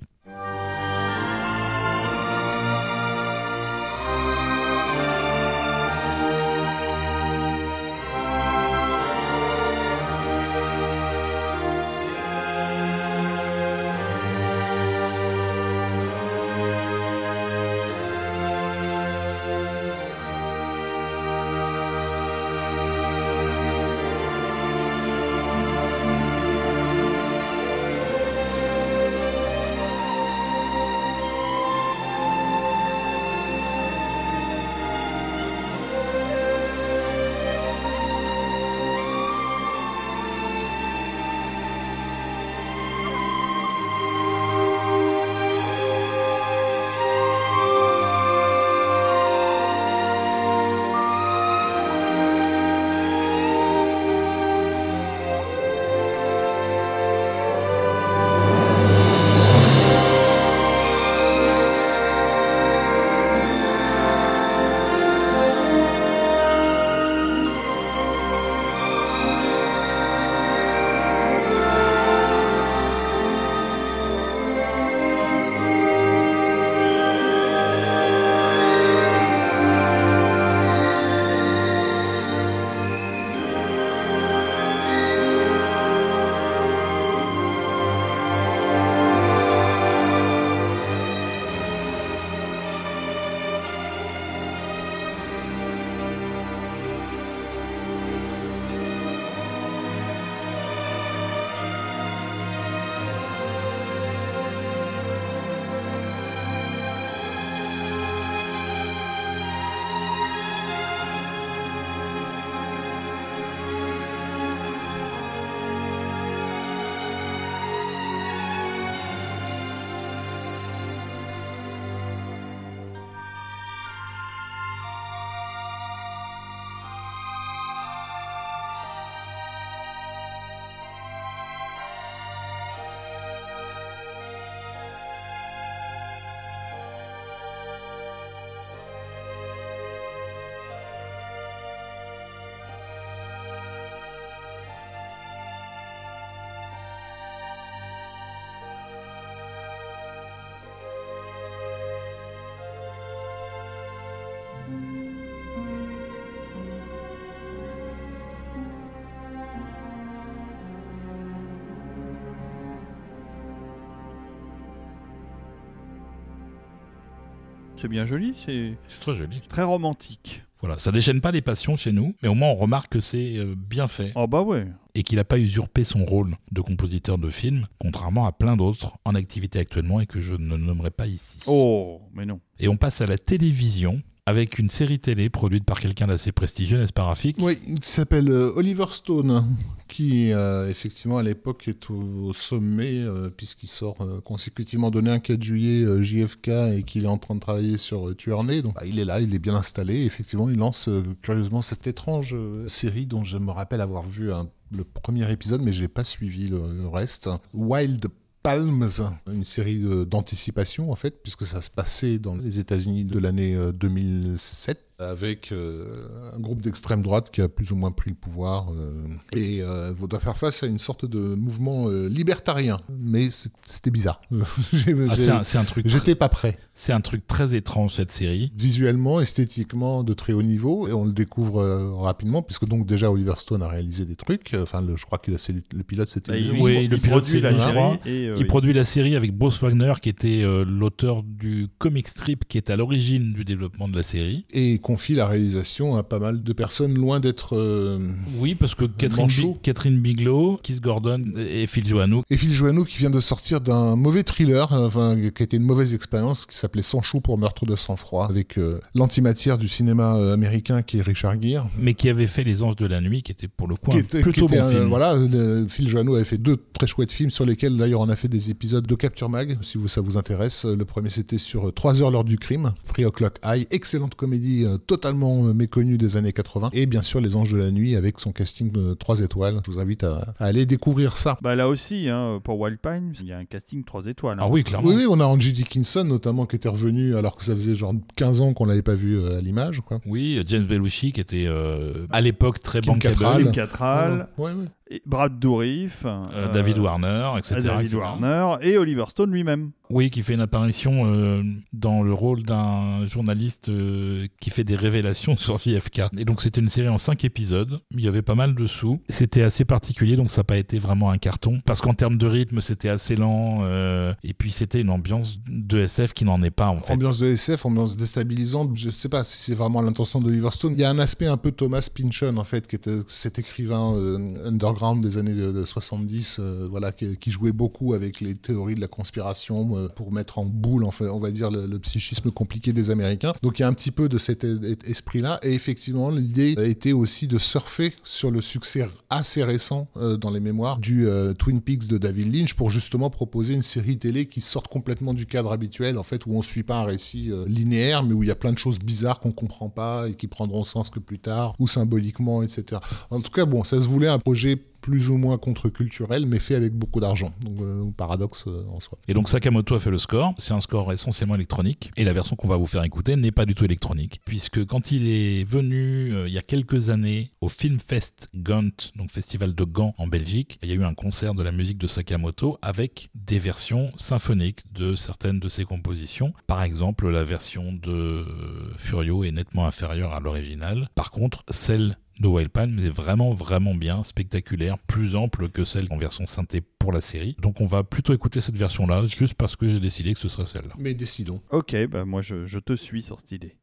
C'est bien joli, c'est très joli. Très romantique. Voilà, ça déchaîne pas les passions chez nous, mais au moins on remarque que c'est bien fait. Oh bah ouais. Et qu'il n'a pas usurpé son rôle de compositeur de film, contrairement à plein d'autres en activité actuellement et que je ne nommerai pas ici. Oh, mais non. Et on passe à la télévision avec une série télé produite par quelqu'un d'assez prestigieux, n'est-ce pas Rafik ? Oui, qui s'appelle Oliver Stone, qui effectivement à l'époque est au sommet, puisqu'il sort consécutivement donné un 4 juillet JFK et qu'il est en train de travailler sur Tuernay. Donc il est là, il est bien installé. Et effectivement, il lance curieusement cette étrange série dont je me rappelle avoir vu le premier épisode, mais j'ai pas suivi le reste. Wild Palms, une série d'anticipation en fait, puisque ça se passait dans les États-Unis de l'année 2007. Avec un groupe d'extrême droite qui a plus ou moins pris le pouvoir et doit faire face à une sorte de mouvement libertarien. Mais c'était bizarre. C'est un truc. J'étais pas prêt. C'est un truc très étrange cette série. Visuellement, esthétiquement, de très haut niveau, et on le découvre rapidement, puisque donc déjà Oliver Stone a réalisé des trucs. Enfin, je crois que le pilote c'était. Le pilote produit la série. Il produit la série avec Bruce Wagner, qui était l'auteur du comic strip qui est à l'origine du développement de la série. Et confie la réalisation à pas mal de personnes loin d'être oui, parce que Catherine Bigelow, Keith Gordon et Phil Joannou. Et Phil Joannou qui vient de sortir d'un mauvais thriller, qui a été une mauvaise expérience, qui s'appelait Sans chou pour meurtre de sang-froid, avec l'antimatière du cinéma américain qui est Richard Gere. Mais qui avait fait Les Anges de la Nuit, qui était pour le coup plutôt bon film. Voilà, Phil Joannou avait fait 2 très chouettes films sur lesquels d'ailleurs on a fait des épisodes de Capture Mag, si ça vous intéresse. Le premier c'était sur 3 heures l'heure du crime, 3 O'Clock High, excellente comédie totalement méconnue des années 80, et bien sûr Les Anges de la Nuit avec son casting de 3 étoiles. Je vous invite à aller découvrir ça. Bah là aussi, pour Wild Pine, il y a un casting 3 étoiles. Ah oui, clairement. Oui, on a Angie Dickinson notamment qui était revenu alors que ça faisait genre 15 ans qu'on l'avait pas vu à l'image, quoi. Oui, James Belushi qui était à l'époque très Kim bankable. Kim Cattrall. Ouais. Et Brad Dourif, David Warner, etc. David Warner et Oliver Stone lui-même. Oui, qui fait une apparition dans le rôle d'un journaliste qui fait des révélations sur JFK. Et donc c'était une série en 5 épisodes, il y avait pas mal de sous. C'était assez particulier, donc ça n'a pas été vraiment un carton. Parce qu'en termes de rythme, c'était assez lent. Et puis c'était une ambiance de SF qui n'en est pas en fait. Ambiance de SF, ambiance déstabilisante. Je ne sais pas si c'est vraiment l'intention d'Oliver Stone. Il y a un aspect un peu Thomas Pynchon en fait, qui était cet écrivain underground des années 70, qui jouait beaucoup avec les théories de la conspiration pour mettre en boule, enfin, on va dire, le psychisme compliqué des Américains. Donc il y a un petit peu de cet esprit-là. Et effectivement, l'idée était aussi de surfer sur le succès assez récent dans les mémoires du Twin Peaks de David Lynch pour justement proposer une série télé qui sorte complètement du cadre habituel, en fait, où on ne suit pas un récit linéaire, mais où il y a plein de choses bizarres qu'on ne comprend pas et qui prendront sens que plus tard, ou symboliquement, etc. En tout cas, bon, ça se voulait un projet plus ou moins contre-culturel, mais fait avec beaucoup d'argent. Donc, paradoxe en soi. Et donc, Sakamoto a fait le score. C'est un score essentiellement électronique. Et la version qu'on va vous faire écouter n'est pas du tout électronique. Puisque quand il est venu, il y a quelques années, au Filmfest Gant, donc festival de Gand en Belgique, il y a eu un concert de la musique de Sakamoto avec des versions symphoniques de certaines de ses compositions. Par exemple, la version de Furio est nettement inférieure à l'original. Par contre, celle de Wild Palm est vraiment vraiment bien, spectaculaire, plus ample que celle en version synthé pour la série. Donc on va plutôt écouter cette version-là, juste parce que j'ai décidé que ce serait celle-là. Mais décidons. Ok, moi je te suis sur cette idée.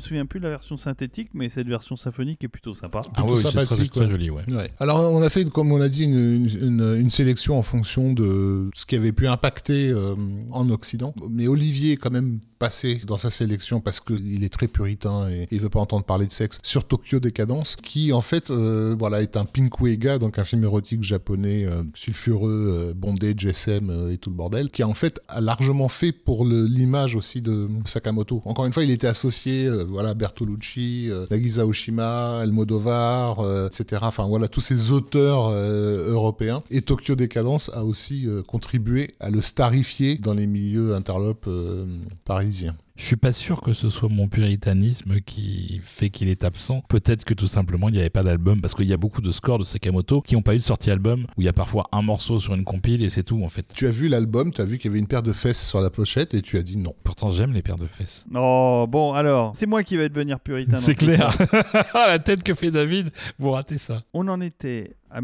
souviens plus de la version synthétique, mais cette version symphonique est plutôt sympa. Ah Plutôt oui, c'est très, sympathique, très ouais. joli, ouais. Ouais. Alors on a fait, comme on a dit, une sélection en fonction de ce qui avait pu impacter en Occident. Mais Olivier est quand même passé dans sa sélection parce qu'il est très puritain et il veut pas entendre parler de sexe sur Tokyo Décadence, qui en fait voilà, est un Pinkwega, donc un film érotique japonais sulfureux, bondage, SM et tout le bordel, qui en fait a largement fait pour l'image aussi de Sakamoto. Encore une fois, il était associé voilà, Bertolucci, Nagisa Oshima, Almodovar, etc. Enfin voilà, tous ces auteurs européens. Et Tokyo Décadence a aussi contribué à le starifier dans les milieux interlopes parisiens. Je suis pas sûr que ce soit mon puritanisme qui fait qu'il est absent. Peut-être que tout simplement il n'y avait pas d'album, parce qu'il y a beaucoup de scores de Sakamoto qui n'ont pas eu de sortie album, où il y a parfois un morceau sur une compile et c'est tout en fait. Tu as vu l'album, tu as vu qu'il y avait une paire de fesses sur la pochette et tu as dit non. Pourtant j'aime les paires de fesses. Oh, bon, alors, c'est moi qui vais devenir puritain. dans C'est cette clair. histoire. La tête que fait David, vous ratez ça. On en était à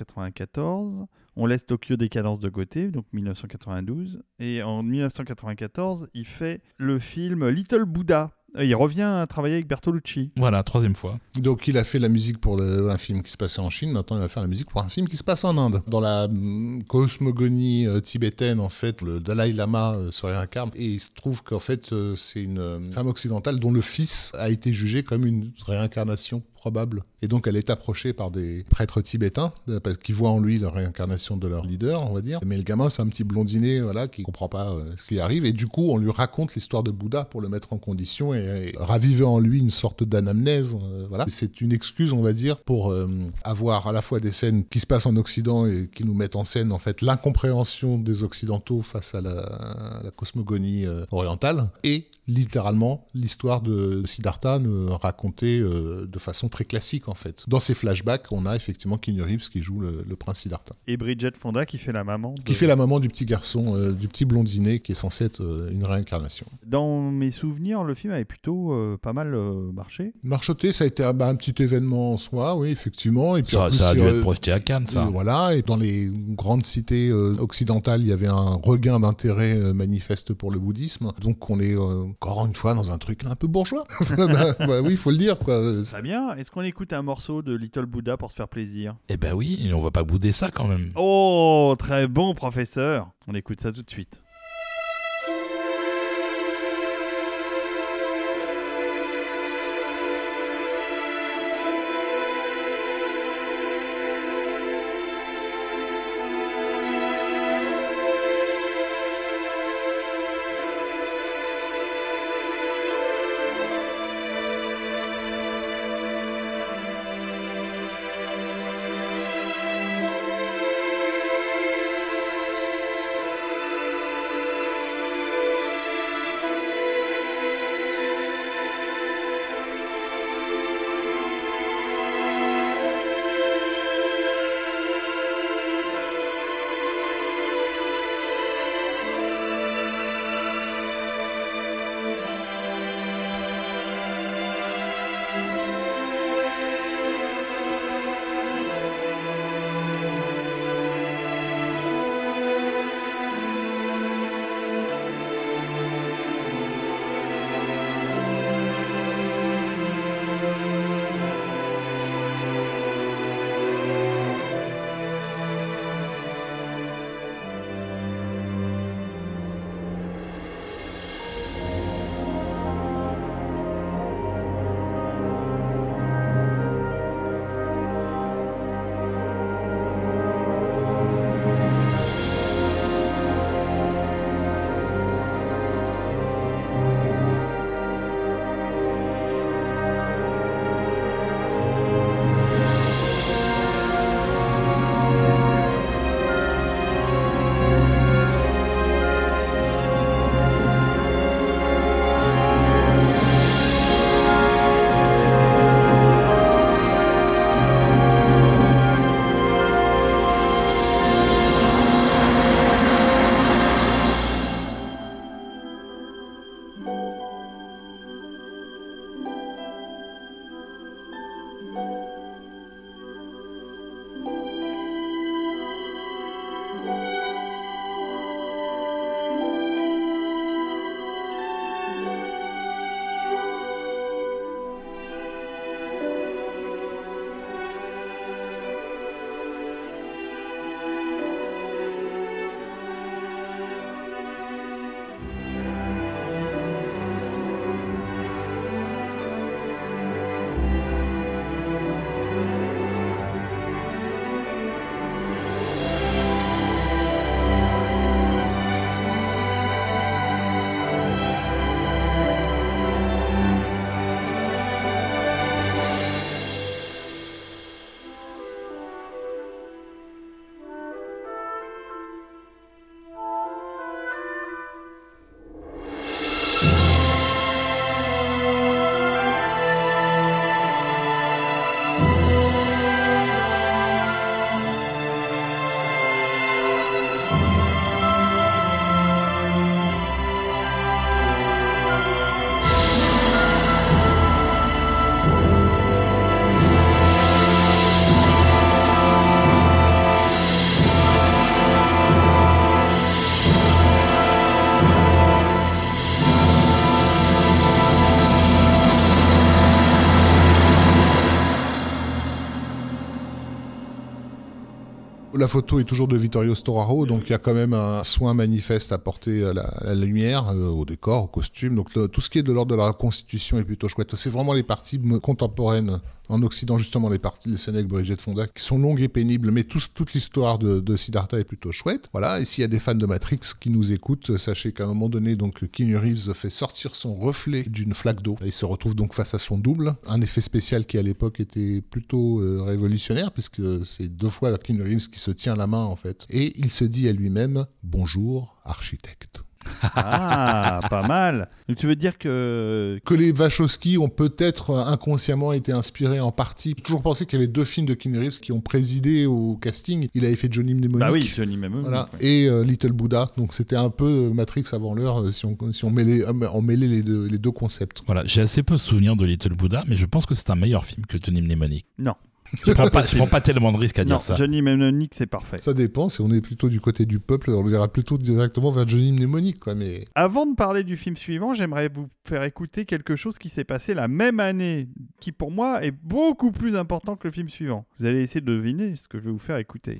1994. On laisse Tokyo Décadence de côté, donc 1992. Et en 1994, il fait le film Little Buddha. Il revient à travailler avec Bertolucci. Voilà, 3e fois. Donc il a fait la musique pour un film qui se passait en Chine, maintenant il va faire la musique pour un film qui se passe en Inde. Dans la cosmogonie tibétaine, en fait, le Dalai Lama se réincarne et il se trouve qu'en fait c'est une femme occidentale dont le fils a été jugé comme une réincarnation probable. Et donc elle est approchée par des prêtres tibétains parce qu'ils voient en lui la réincarnation de leur leader, on va dire. Mais le gamin, c'est un petit blondinet voilà, qui comprend pas ce qui arrive. Et du coup, on lui raconte l'histoire de Bouddha pour le mettre en condition et raviver en lui une sorte d'anamnèse. Voilà. C'est une excuse, on va dire, pour avoir à la fois des scènes qui se passent en Occident et qui nous mettent en scène en fait l'incompréhension des Occidentaux face à la cosmogonie orientale et littéralement l'histoire de Siddhartha racontée de façon très classique en fait. Dans ces flashbacks, on a effectivement Keanu Reeves qui joue le prince Siddhartha. Et Bridget Fonda qui fait la maman. Qui fait la maman du petit garçon, du petit blondinet qui est censé être une réincarnation. Dans mes souvenirs, le film avait plutôt pas mal marché. Marchoté, ça a été un petit événement en soi, oui, effectivement. Et puis, Ça, en plus, ça a dû être projeté à Cannes, ça. Voilà, et dans les grandes cités occidentales, il y avait un regain d'intérêt manifeste pour le bouddhisme. Donc on est encore une fois dans un truc un peu bourgeois. Bah oui, il faut le dire, quoi. Très bien. Est-ce qu'on écoute un morceau de Little Buddha pour se faire plaisir? Eh ben oui, on va pas bouder ça quand même. Oh, très bon professeur. On écoute ça tout de suite. La photo est toujours de Vittorio Storaro, donc il y a quand même un soin manifeste apporté à la lumière, au décor, au costume. Donc tout ce qui est de l'ordre de la reconstitution est plutôt chouette. C'est vraiment les parties contemporaines en Occident, justement, les scènes avec Brigitte Fonda, qui sont longues et pénibles, mais toute l'histoire de Siddhartha est plutôt chouette. Voilà, et s'il y a des fans de Matrix qui nous écoutent, sachez qu'à un moment donné, donc, Keanu Reeves fait sortir son reflet d'une flaque d'eau. Il se retrouve donc face à son double, un effet spécial qui à l'époque était plutôt révolutionnaire, puisque c'est 2 fois Keanu Reeves qui se tient la main, en fait. Et il se dit à lui-même « Bonjour, architecte ». Ah, pas mal. Donc tu veux dire que les Wachowski ont peut-être inconsciemment été inspirés en partie. J'ai toujours pensé qu'il y avait 2 films de Keanu Reeves qui ont présidé au casting. Il avait fait Johnny Mnemonic. Bah oui, Johnny Mnemonic. Voilà. Ouais. Et Little Buddha. Donc c'était un peu Matrix avant l'heure si on mêlait les deux concepts. Voilà, j'ai assez peu de souvenirs de Little Buddha, mais je pense que c'est un meilleur film que Johnny Mnemonic. Non. Je prends pas tellement de risques à dire ça. Johnny Mnemonic, c'est parfait. Ça dépend, si on est plutôt du côté du peuple, on le verra plutôt directement vers Johnny Mnemonic, quoi. Mais avant de parler du film suivant, j'aimerais vous faire écouter quelque chose qui s'est passé la même année, qui pour moi est beaucoup plus important que le film suivant. Vous allez essayer de deviner ce que je vais vous faire écouter.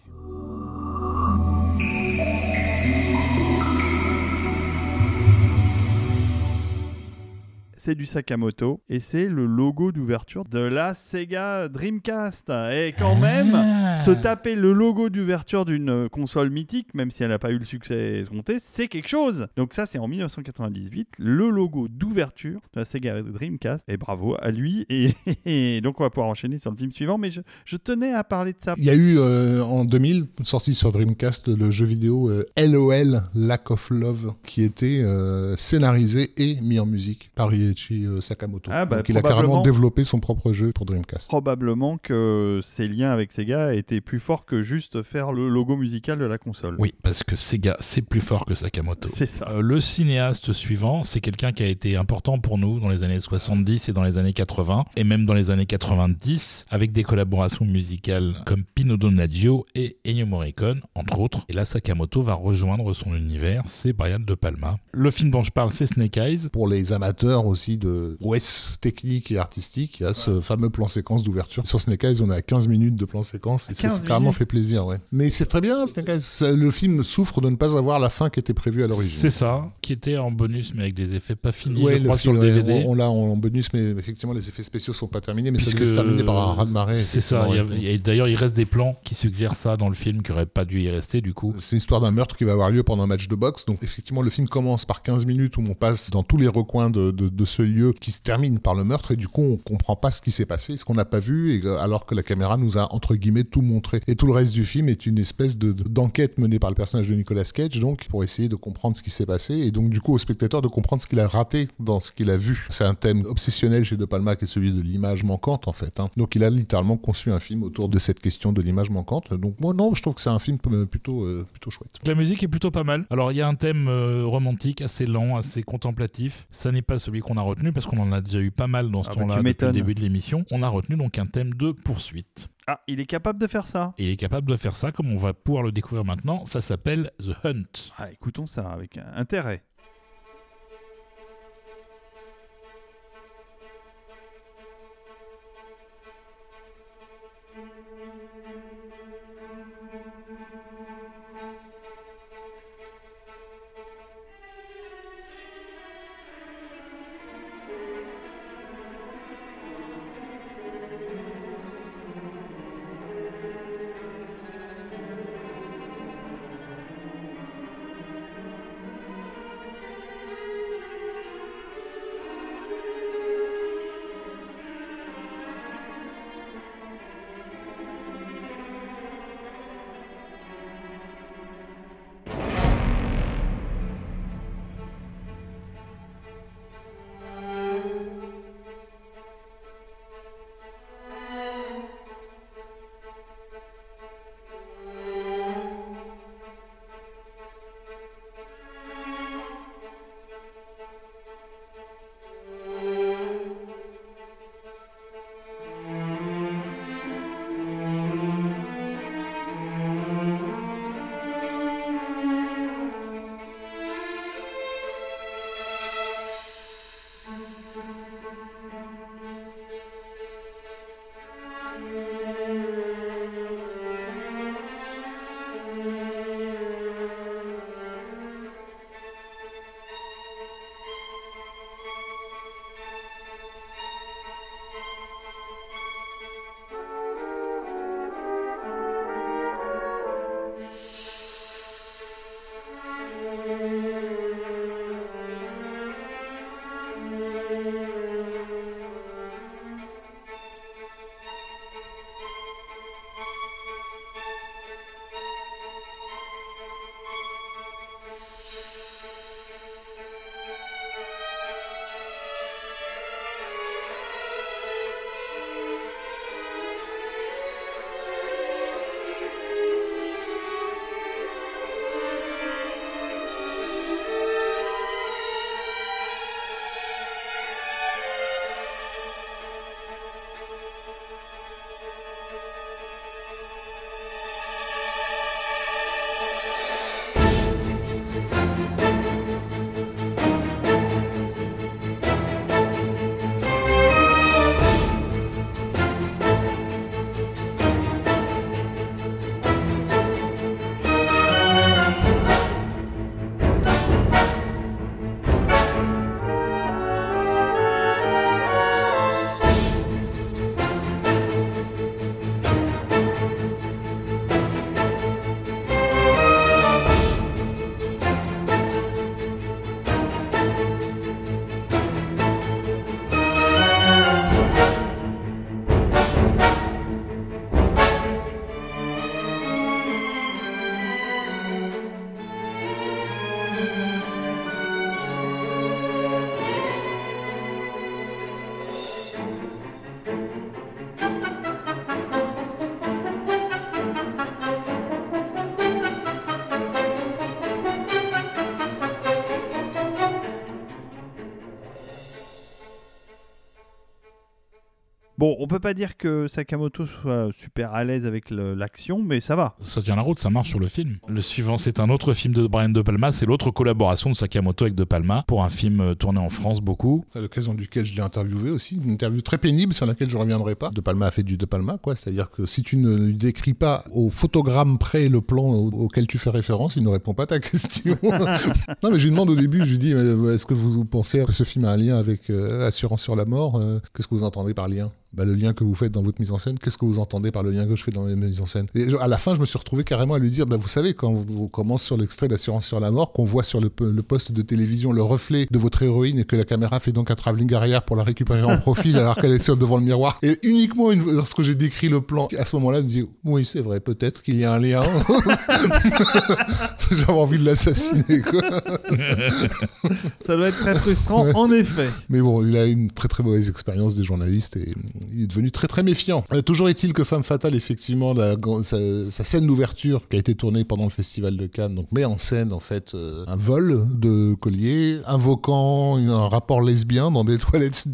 C'est du Sakamoto et c'est le logo d'ouverture de la Sega Dreamcast. Et quand même, se taper le logo d'ouverture d'une console mythique, même si elle n'a pas eu le succès escompté, c'est quelque chose. Donc ça, c'est en 1998, le logo d'ouverture de la Sega Dreamcast. Et bravo à lui. Et donc on va pouvoir enchaîner sur le film suivant, mais je tenais à parler de ça. il y a eu en 2000, sorti sur Dreamcast, le jeu vidéo LOL, Lack of Love, qui était scénarisé et mis en musique par Ryuichi Sakamoto. Donc il a carrément développé son propre jeu pour Dreamcast. Probablement que ses liens avec Sega étaient plus forts que juste faire le logo musical de la console. Oui, parce que Sega, c'est plus fort que Sakamoto. C'est ça. Le cinéaste suivant, c'est quelqu'un qui a été important pour nous dans les années 70 et dans les années 80, et même dans les années 90, avec des collaborations musicales comme Pino Donaggio et Ennio Morricone, entre autres. Et là, Sakamoto va rejoindre son univers, c'est Brian De Palma. Le film dont je parle, c'est Snake Eyes. Pour les amateurs aussi de prouesse technique et artistique, il y a ce fameux plan séquence d'ouverture. Sur Snake Eyes, on est à 15 minutes de plan séquence et ça carrément fait plaisir. Ouais. Mais c'est très bien, Snake Eyes. Le film souffre de ne pas avoir la fin qui était prévue à l'origine. C'est ça, qui était en bonus mais avec des effets pas finis, ouais, je crois, sur le DVD. On l'a en bonus, mais effectivement les effets spéciaux sont pas terminés, mais ça devait se terminer par un raz-de-marée. C'est ça, d'ailleurs il reste des plans qui suggèrent ça dans le film, qui n'auraient pas dû y rester du coup. C'est l'histoire d'un meurtre qui va avoir lieu pendant un match de boxe, donc effectivement le film commence par 15 minutes où on passe dans tous les recoins de ce lieu qui se termine par le meurtre, et du coup on comprend pas ce qui s'est passé, ce qu'on n'a pas vu, et, alors que la caméra nous a entre guillemets tout montré. Et tout le reste du film est une espèce d'enquête menée par le personnage de Nicolas Cage, donc pour essayer de comprendre ce qui s'est passé, et donc du coup au spectateur de comprendre ce qu'il a raté dans ce qu'il a vu. C'est un thème obsessionnel chez De Palma qui est celui de l'image manquante en fait. Donc il a littéralement conçu un film autour de cette question de l'image manquante. Donc moi non, je trouve que c'est un film plutôt chouette. La musique est plutôt pas mal. Alors il y a un thème romantique assez lent, assez contemplatif. Ça n'est pas celui qu'on a retenu parce qu'on en a déjà eu pas mal dans ce ton-là depuis le début de l'émission. On a retenu donc un thème de poursuite. Ah, il est capable de faire ça. Il est capable de faire ça, comme on va pouvoir le découvrir maintenant. Ça s'appelle The Hunt. Ah, écoutons ça avec intérêt. Bon, on peut pas dire que Sakamoto soit super à l'aise avec l'action, mais ça va. Ça tient la route, ça marche sur le film. Le suivant, c'est un autre film de Brian De Palma, c'est l'autre collaboration de Sakamoto avec De Palma pour un film tourné en France beaucoup. À l'occasion duquel je l'ai interviewé aussi, une interview très pénible sur laquelle je reviendrai pas. De Palma a fait du De Palma, quoi. C'est-à-dire que si tu ne lui décris pas au photogramme près le plan auquel tu fais référence, il ne répond pas à ta question. Non, mais je lui demande au début, je lui dis, est-ce que vous pensez que ce film a un lien avec Assurance sur la mort Qu'est-ce que vous entendez par lien ? Le lien que vous faites dans votre mise en scène, qu'est-ce que vous entendez par le lien que je fais dans mes mises en scène? Et à la fin, je me suis retrouvé carrément à lui dire, vous savez, quand on commence sur l'extrait d'Assurance sur la mort, qu'on voit sur le poste de télévision le reflet de votre héroïne et que la caméra fait donc un travelling arrière pour la récupérer en profil alors qu'elle est seule devant le miroir. Et uniquement lorsque j'ai décrit le plan, à ce moment-là, je me dis, oui, c'est vrai, peut-être qu'il y a un lien. J'avais envie de l'assassiner, quoi. Ça doit être très frustrant, en effet. Mais bon, il a eu une très très mauvaise expérience des journalistes et il est devenu très très méfiant. Toujours est-il que Femme Fatale, effectivement, sa scène d'ouverture qui a été tournée pendant le Festival de Cannes, donc met en scène en fait un vol de collier, invoquant un rapport lesbien dans des toilettes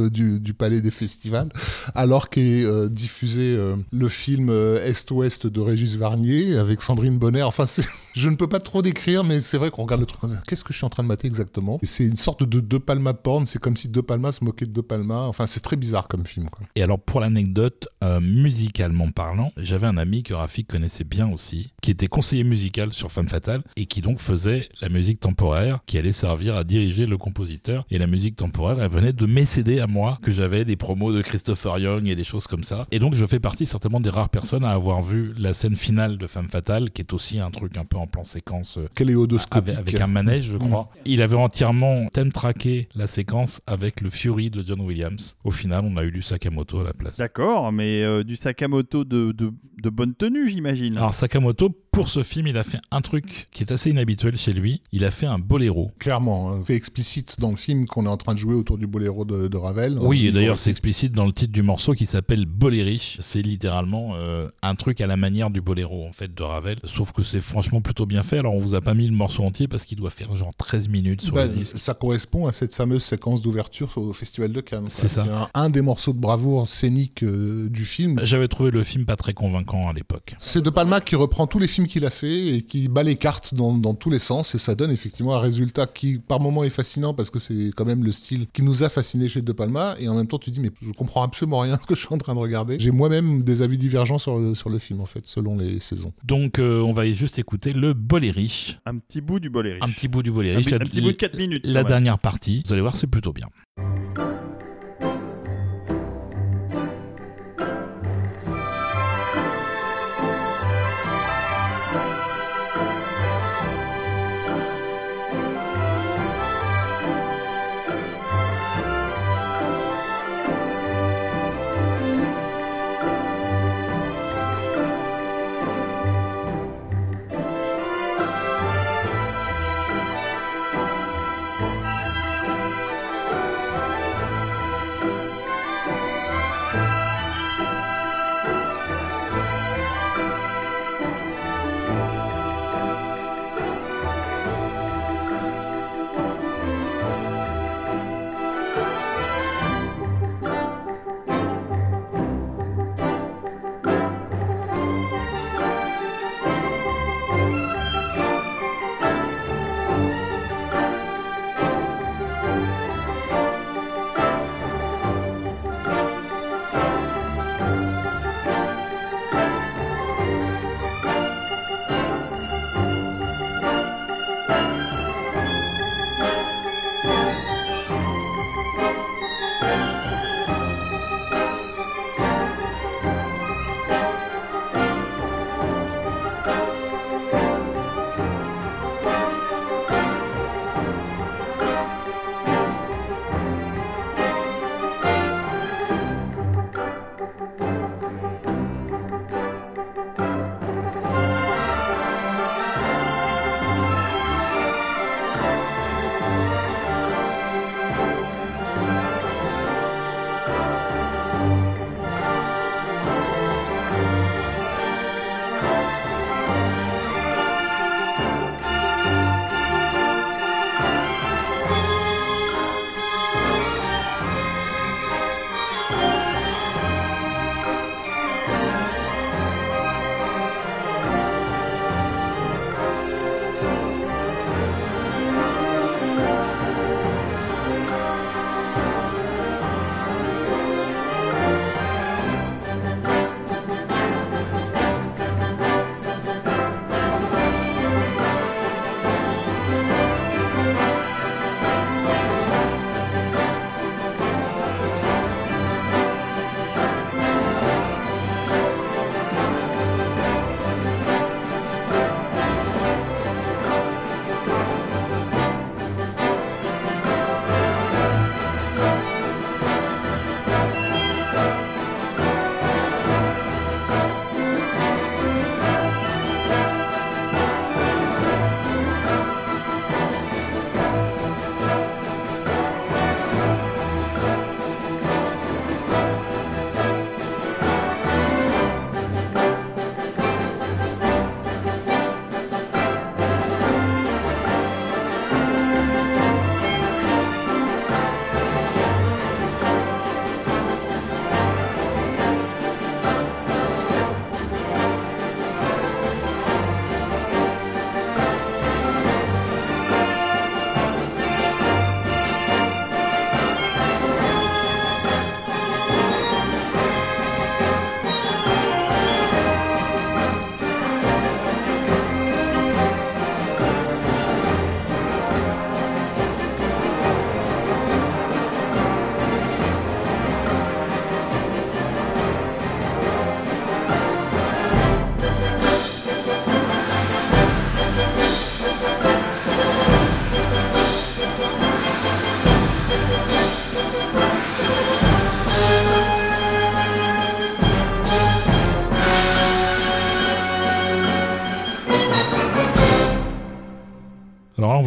du palais des festivals, alors qu'est diffusé le film Est-Ouest de Régis Varnier avec Sandrine Bonner. Enfin, je ne peux pas trop décrire, mais c'est vrai qu'on regarde le truc. Qu'est-ce que je suis en train de mater exactement? Et c'est une sorte de De Palma porn. C'est comme si De Palma se moquait de De Palma. Enfin, c'est très bizarre comme film, quoi. Et alors, pour l'anecdote, musicalement parlant, j'avais un ami que Rafik connaissait bien aussi, qui était conseiller musical sur Femme Fatale et qui donc faisait la musique temporaire qui allait servir à diriger le compositeur. Et la musique temporaire, elle venait de m'aider à moi, que j'avais des promos de Christopher Young et des choses comme ça. Et donc, je fais partie certainement des rares personnes à avoir vu la scène finale de Femme Fatale, qui est aussi un truc un peu en plan séquence. Avec un manège, je crois. Il avait entièrement thème-tracké la séquence avec le Fury de John Williams. Au final, on a eu du Sakamoto à la place. D'accord, mais du Sakamoto de bonne tenue, j'imagine. Alors Sakamoto, pour ce film, il a fait un truc qui est assez inhabituel chez lui. Il a fait un boléro. Clairement, fait explicite dans le film qu'on est en train de jouer autour du boléro de Ravel. Oui, et d'ailleurs c'est explicite dans le titre du morceau qui s'appelle Bolériche. C'est littéralement un truc à la manière du boléro en fait de Ravel. Sauf que c'est franchement plutôt bien fait. Alors on vous a pas mis le morceau entier parce qu'il doit faire genre 13 minutes sur le disque. Ça correspond à cette fameuse séquence d'ouverture au Festival de Cannes. C'est ça. Un des morceaux de bravoure scénique du film. J'avais trouvé le film pas très convaincant à l'époque. C'est De Palma qui reprend tous les films qu'il a fait et qui bat les cartes dans tous les sens et ça donne effectivement un résultat qui par moments est fascinant parce que c'est quand même le style qui nous a fascinés chez De Palma et en même temps tu dis mais je comprends absolument rien de ce que je suis en train de regarder. J'ai moi-même des avis divergents sur le film en fait selon les saisons. Donc on va juste écouter le Bolériche. Un petit bout du Bolériche. Un petit bout du Bolériche. Un petit bout de 4 minutes. La dernière partie. Vous allez voir, c'est plutôt bien.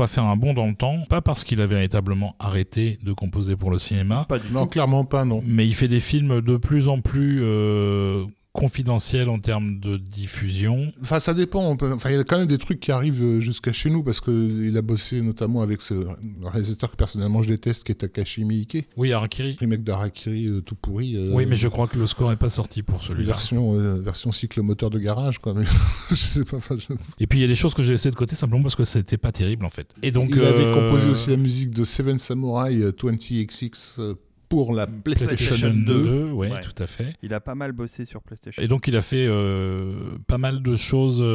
va faire un bond dans le temps, pas parce qu'il a véritablement arrêté de composer pour le cinéma, Pas du Non, tout. clairement pas, non. mais il fait des films de plus en plus confidentiels en termes de diffusion. Enfin, ça dépend. Enfin, il y a quand même des trucs qui arrivent jusqu'à chez nous parce qu'il a bossé notamment avec ce réalisateur que personnellement je déteste, qui est Takashi Miike. Oui, Harakiri. Remake d'Harakiri tout pourri. Oui, mais je crois que le score n'est pas sorti pour celui-là. Version cyclomoteur de garage, quoi. Mais je sais pas. Et puis il y a des choses que j'ai laissé de côté simplement parce que c'était pas terrible en fait. Et donc, il avait composé aussi la musique de Seven Samurai 20XX pour la PlayStation 2. Ouais, Ouais. tout à fait. Il a pas mal bossé sur PlayStation. Et donc il a fait pas mal de choses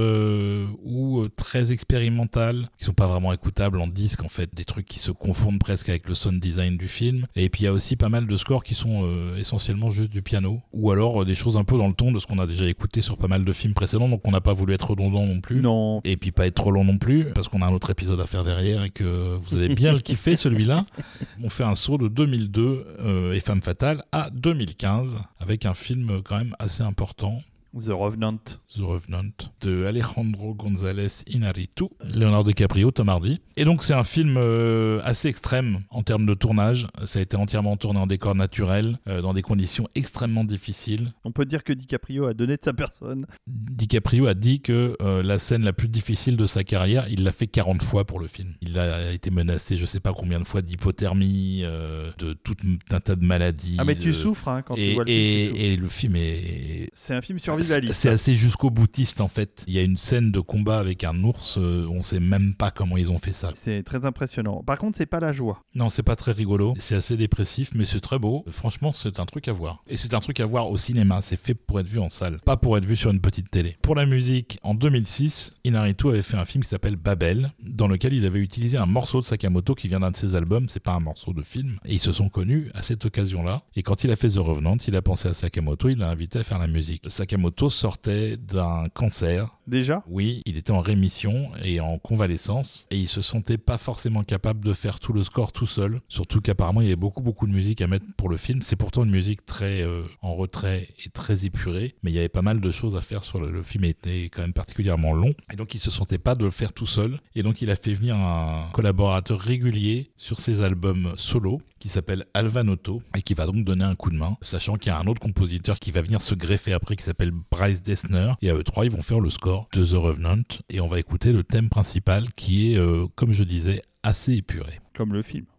très expérimentales, qui sont pas vraiment écoutables en disque en fait, des trucs qui se confondent presque avec le sound design du film. Et puis il y a aussi pas mal de scores qui sont essentiellement juste du piano, ou alors des choses un peu dans le ton de ce qu'on a déjà écouté sur pas mal de films précédents, donc on n'a pas voulu être redondant non plus. Non. Et puis pas être trop long non plus, parce qu'on a un autre épisode à faire derrière et que vous allez bien le kiffer celui-là. On fait un saut de 2002 et Femme Fatale à 2015, avec un film quand même assez important, The Revenant. The Revenant, de Alejandro González Iñárritu, Leonardo DiCaprio, Tom Hardy. Et donc c'est un film assez extrême en termes de tournage. Ça a été entièrement tourné en décor naturel, dans des conditions extrêmement difficiles. On peut dire que DiCaprio a donné de sa personne. DiCaprio a dit que la scène la plus difficile de sa carrière, il l'a fait 40 fois pour le film. Il a été menacé je sais pas combien de fois d'hypothermie, de tout un tas de maladies. Ah mais tu souffres hein, quand tu vois le film. Tu souffres. Et le film est... C'est un film survivaliste. C'est assez jusqu'au boutiste en fait. Il y a une scène de combat avec un ours, on sait même pas comment ils ont fait ça. C'est très impressionnant. Par contre, c'est pas la joie. Non, c'est pas très rigolo, c'est assez dépressif, mais c'est très beau. Franchement, c'est un truc à voir. Et c'est un truc à voir au cinéma, c'est fait pour être vu en salle, pas pour être vu sur une petite télé. Pour la musique, en 2006, Iñárritu avait fait un film qui s'appelle Babel, dans lequel il avait utilisé un morceau de Sakamoto qui vient d'un de ses albums, c'est pas un morceau de film, et ils se sont connus à cette occasion-là. Et quand il a fait The Revenant, il a pensé à Sakamoto, il l'a invité à faire la musique. Sakamoto sortait d'un cancer. Déjà ? Oui, il était en rémission et en convalescence et il se sentait pas forcément capable de faire tout le score tout seul, surtout qu'apparemment il y avait beaucoup de musique à mettre pour le film. C'est pourtant une musique très en retrait et très épurée, mais il y avait pas mal de choses à faire sur le film était quand même particulièrement long et donc il se sentait pas de le faire tout seul et donc il a fait venir un collaborateur régulier sur ses albums solo qui s'appelle Alvanotto et qui va donc donner un coup de main, sachant qu'il y a un autre compositeur qui va venir se greffer après qui s'appelle Bryce Dessner et à eux trois ils vont faire le score de The Revenant et on va écouter le thème principal qui est, comme je disais, assez épuré. Comme le film.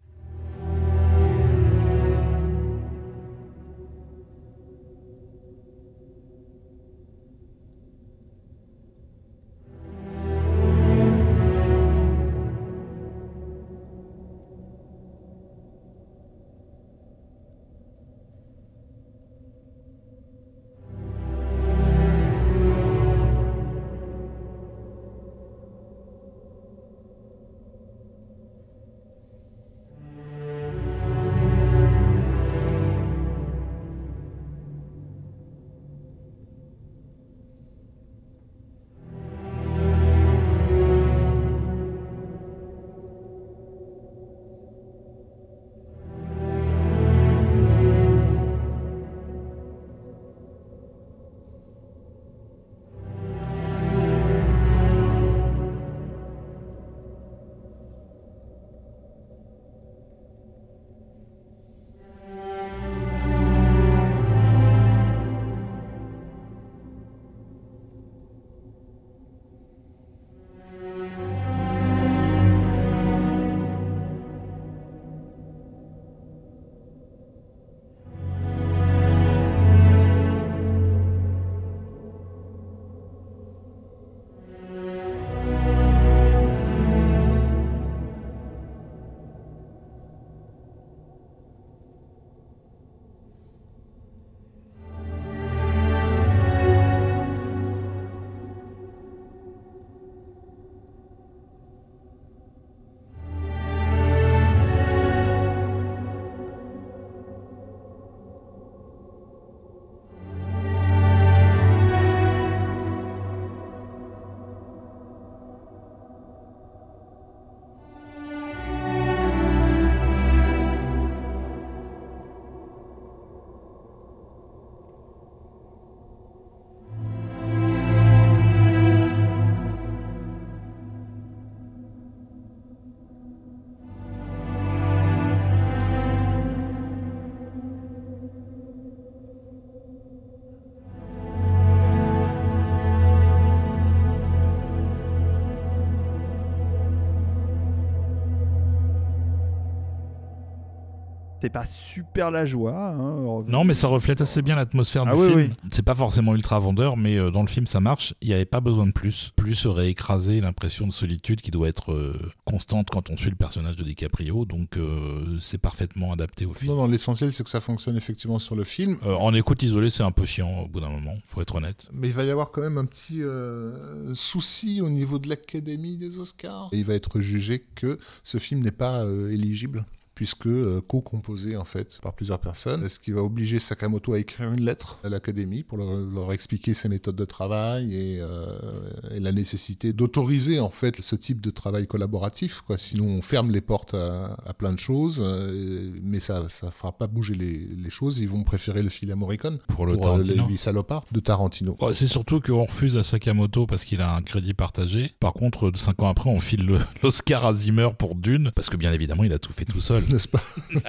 C'est pas super la joie. Hein. Non, mais ça reflète assez bien l'atmosphère du film. Oui. C'est pas forcément ultra vendeur, mais dans le film ça marche. Il n'y avait pas besoin de plus. Plus aurait écrasé l'impression de solitude qui doit être constante quand on suit le personnage de DiCaprio. Donc c'est parfaitement adapté au film. Non, l'essentiel c'est que ça fonctionne effectivement sur le film. En écoute isolée, c'est un peu chiant au bout d'un moment, faut être honnête. Mais il va y avoir quand même un petit souci au niveau de l'Académie des Oscars. Et il va être jugé que ce film n'est pas éligible, puisque co-composé en fait par plusieurs personnes, ce qui va obliger Sakamoto à écrire une lettre à l'Académie pour leur expliquer ses méthodes de travail et la nécessité d'autoriser en fait ce type de travail collaboratif, quoi. Sinon on ferme les portes à plein de choses, mais ça fera pas bouger les choses. Ils vont préférer le film Morricone pour les Tarantino. 8 salopards de Tarantino. C'est surtout qu'on refuse à Sakamoto parce qu'il a un crédit partagé. Par contre, 5 ans après, on file l'Oscar à Zimmer pour Dune, parce que bien évidemment il a tout fait tout seul. N'est-ce pas?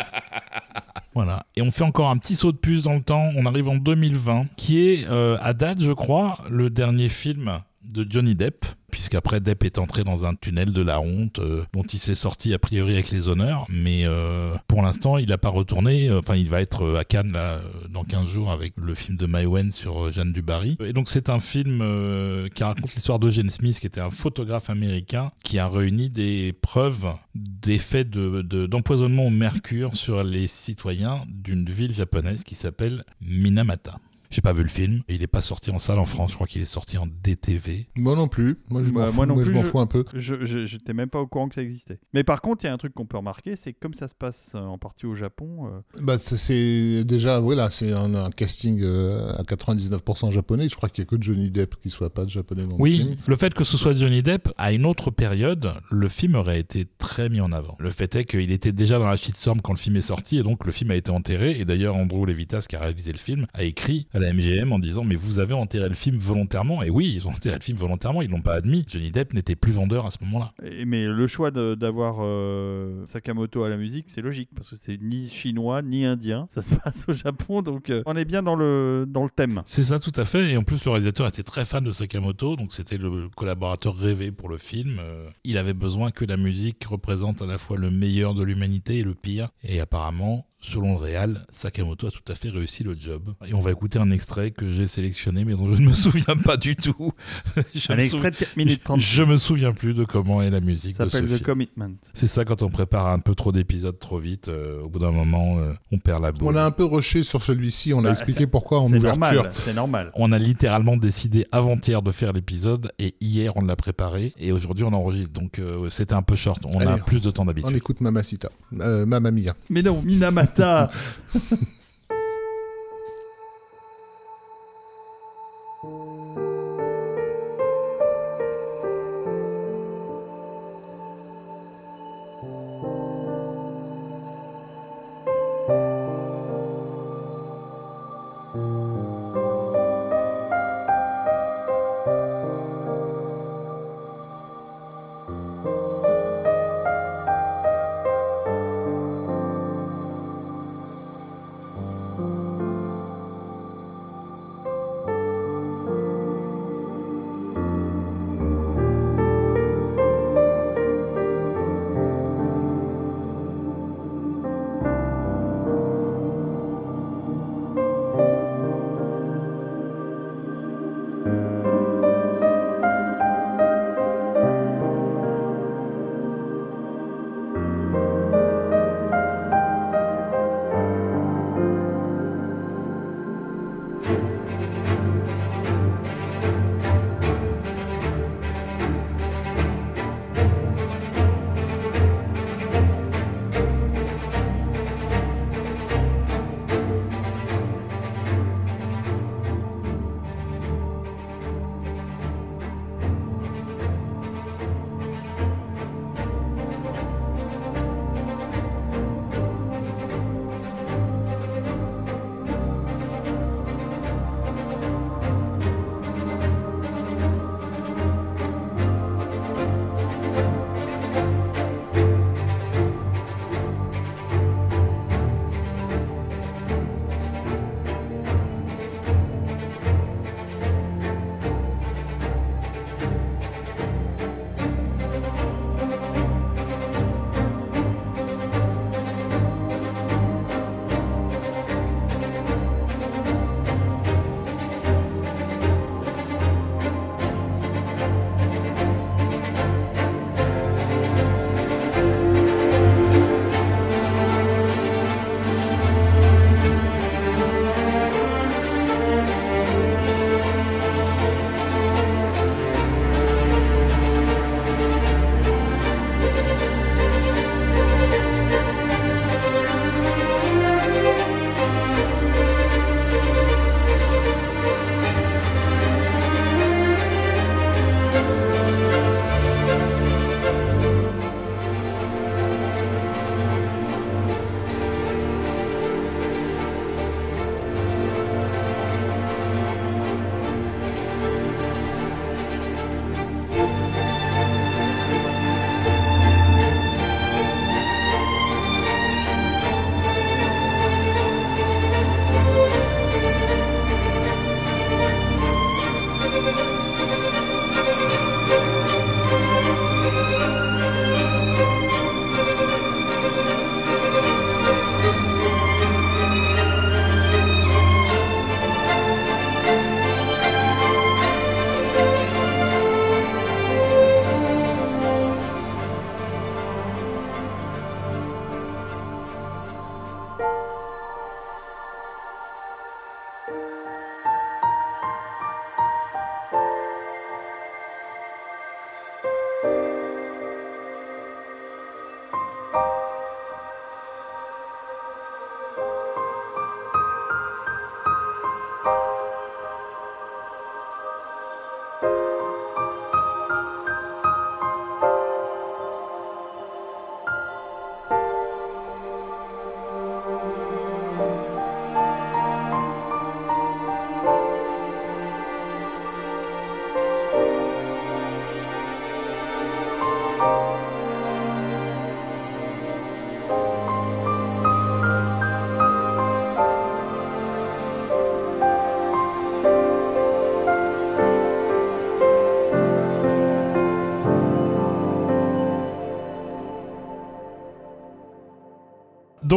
Voilà. Et on fait encore un petit saut de puce dans le temps. On arrive en 2020, qui est, à date, je crois, le dernier film de Johnny Depp, puisqu'après Depp est entré dans un tunnel de la honte dont il s'est sorti a priori avec les honneurs, mais pour l'instant il n'a pas retourné. Enfin, il va être à Cannes là, dans 15 jours avec le film de Maïwenn sur Jeanne du Barry. Et donc c'est un film qui raconte l'histoire d'Eugene Smith, qui était un photographe américain qui a réuni des preuves d'effets d'empoisonnement au mercure sur les citoyens d'une ville japonaise qui s'appelle Minamata. J'ai pas vu le film, il est pas sorti en salle en France, je crois qu'il est sorti en DTV. Moi non plus, moi je m'en fous un peu. J'étais même pas au courant que ça existait. Mais par contre, il y a un truc qu'on peut remarquer, c'est que comme ça se passe en partie au Japon... c'est déjà, voilà, c'est un casting à 99% japonais, je crois qu'il y a que Johnny Depp qui soit pas japonais dans le film. Oui, le fait que ce soit Johnny Depp, à une autre période, le film aurait été très mis en avant. Le fait est qu'il était déjà dans la shitstorm quand le film est sorti, et donc le film a été enterré, et d'ailleurs Andrew Levitas, qui a réalisé le film, a écrit à la MGM en disant mais vous avez enterré le film volontairement. Et oui, ils ont enterré le film volontairement, ils l'ont pas admis. Johnny Depp n'était plus vendeur à ce moment-là. Mais le choix d'avoir Sakamoto à la musique, c'est logique parce que c'est ni chinois ni indien, ça se passe au Japon, donc on est bien dans le thème. C'est ça, tout à fait. Et en plus le réalisateur était très fan de Sakamoto, donc c'était le collaborateur rêvé pour le film. Il avait besoin que la musique représente à la fois le meilleur de l'humanité et le pire, et apparemment selon le réal, Sakamoto a tout à fait réussi le job. Et on va écouter un extrait que j'ai sélectionné, mais dont je ne me souviens pas du tout. Un extrait de 4 minutes 30. Je me souviens plus de comment est la musique de ce film. Ça s'appelle The Commitment. C'est ça, quand on prépare un peu trop d'épisodes trop vite, au bout d'un moment, on perd la boule. On a un peu rushé sur celui-ci, on a expliqué pourquoi en ouverture. C'est normal. On a littéralement décidé avant-hier de faire l'épisode, et hier on l'a préparé, et aujourd'hui on enregistre. Donc c'était un peu short, on a plus de temps d'habitude. On écoute Mamacita, Mamma Mia. Mais non, Minamata.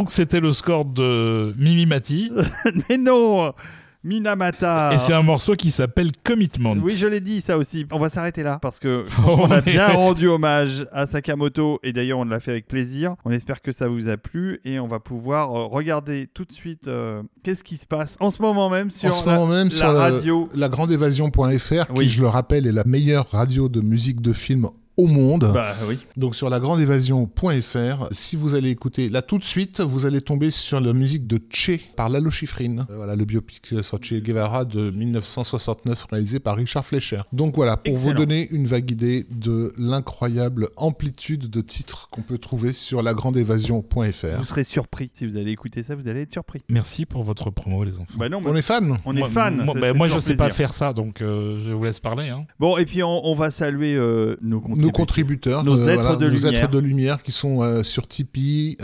Donc c'était le score de Mimimati. Mais non, Minamata. Et c'est un morceau qui s'appelle Commitment. Oui, je l'ai dit ça aussi. On va s'arrêter là parce que je pense qu'on a bien rendu hommage à Sakamoto et d'ailleurs on l'a fait avec plaisir. On espère que ça vous a plu et on va pouvoir regarder tout de suite qu'est-ce qui se passe en ce moment même sur la radio. La grandévasion.fr Oui. qui, je le rappelle, est la meilleure radio de musique de film au monde. Bah oui. Donc sur la grandévasion.fr, si vous allez écouter là tout de suite, vous allez tomber sur la musique de Che par Lalo Schifrin. Voilà le biopic sur Che Guevara de 1969 réalisé par Richard Fleischer. Donc voilà, pour Excellent. vous donner une vague idée de l'incroyable amplitude de titres qu'on peut trouver sur la grandévasion.fr. Vous serez surpris si vous allez écouter ça, vous allez être surpris. Merci pour votre promo, les enfants. Bah non, On est fan. on est fan. Moi, ça fait moi je toujours sais pas plaisir. faire ça, donc je vous laisse parler. Hein. Bon, et puis on va saluer nos Nos contributeurs, nos êtres de nos lumière. êtres de lumière qui sont sur Tipeee,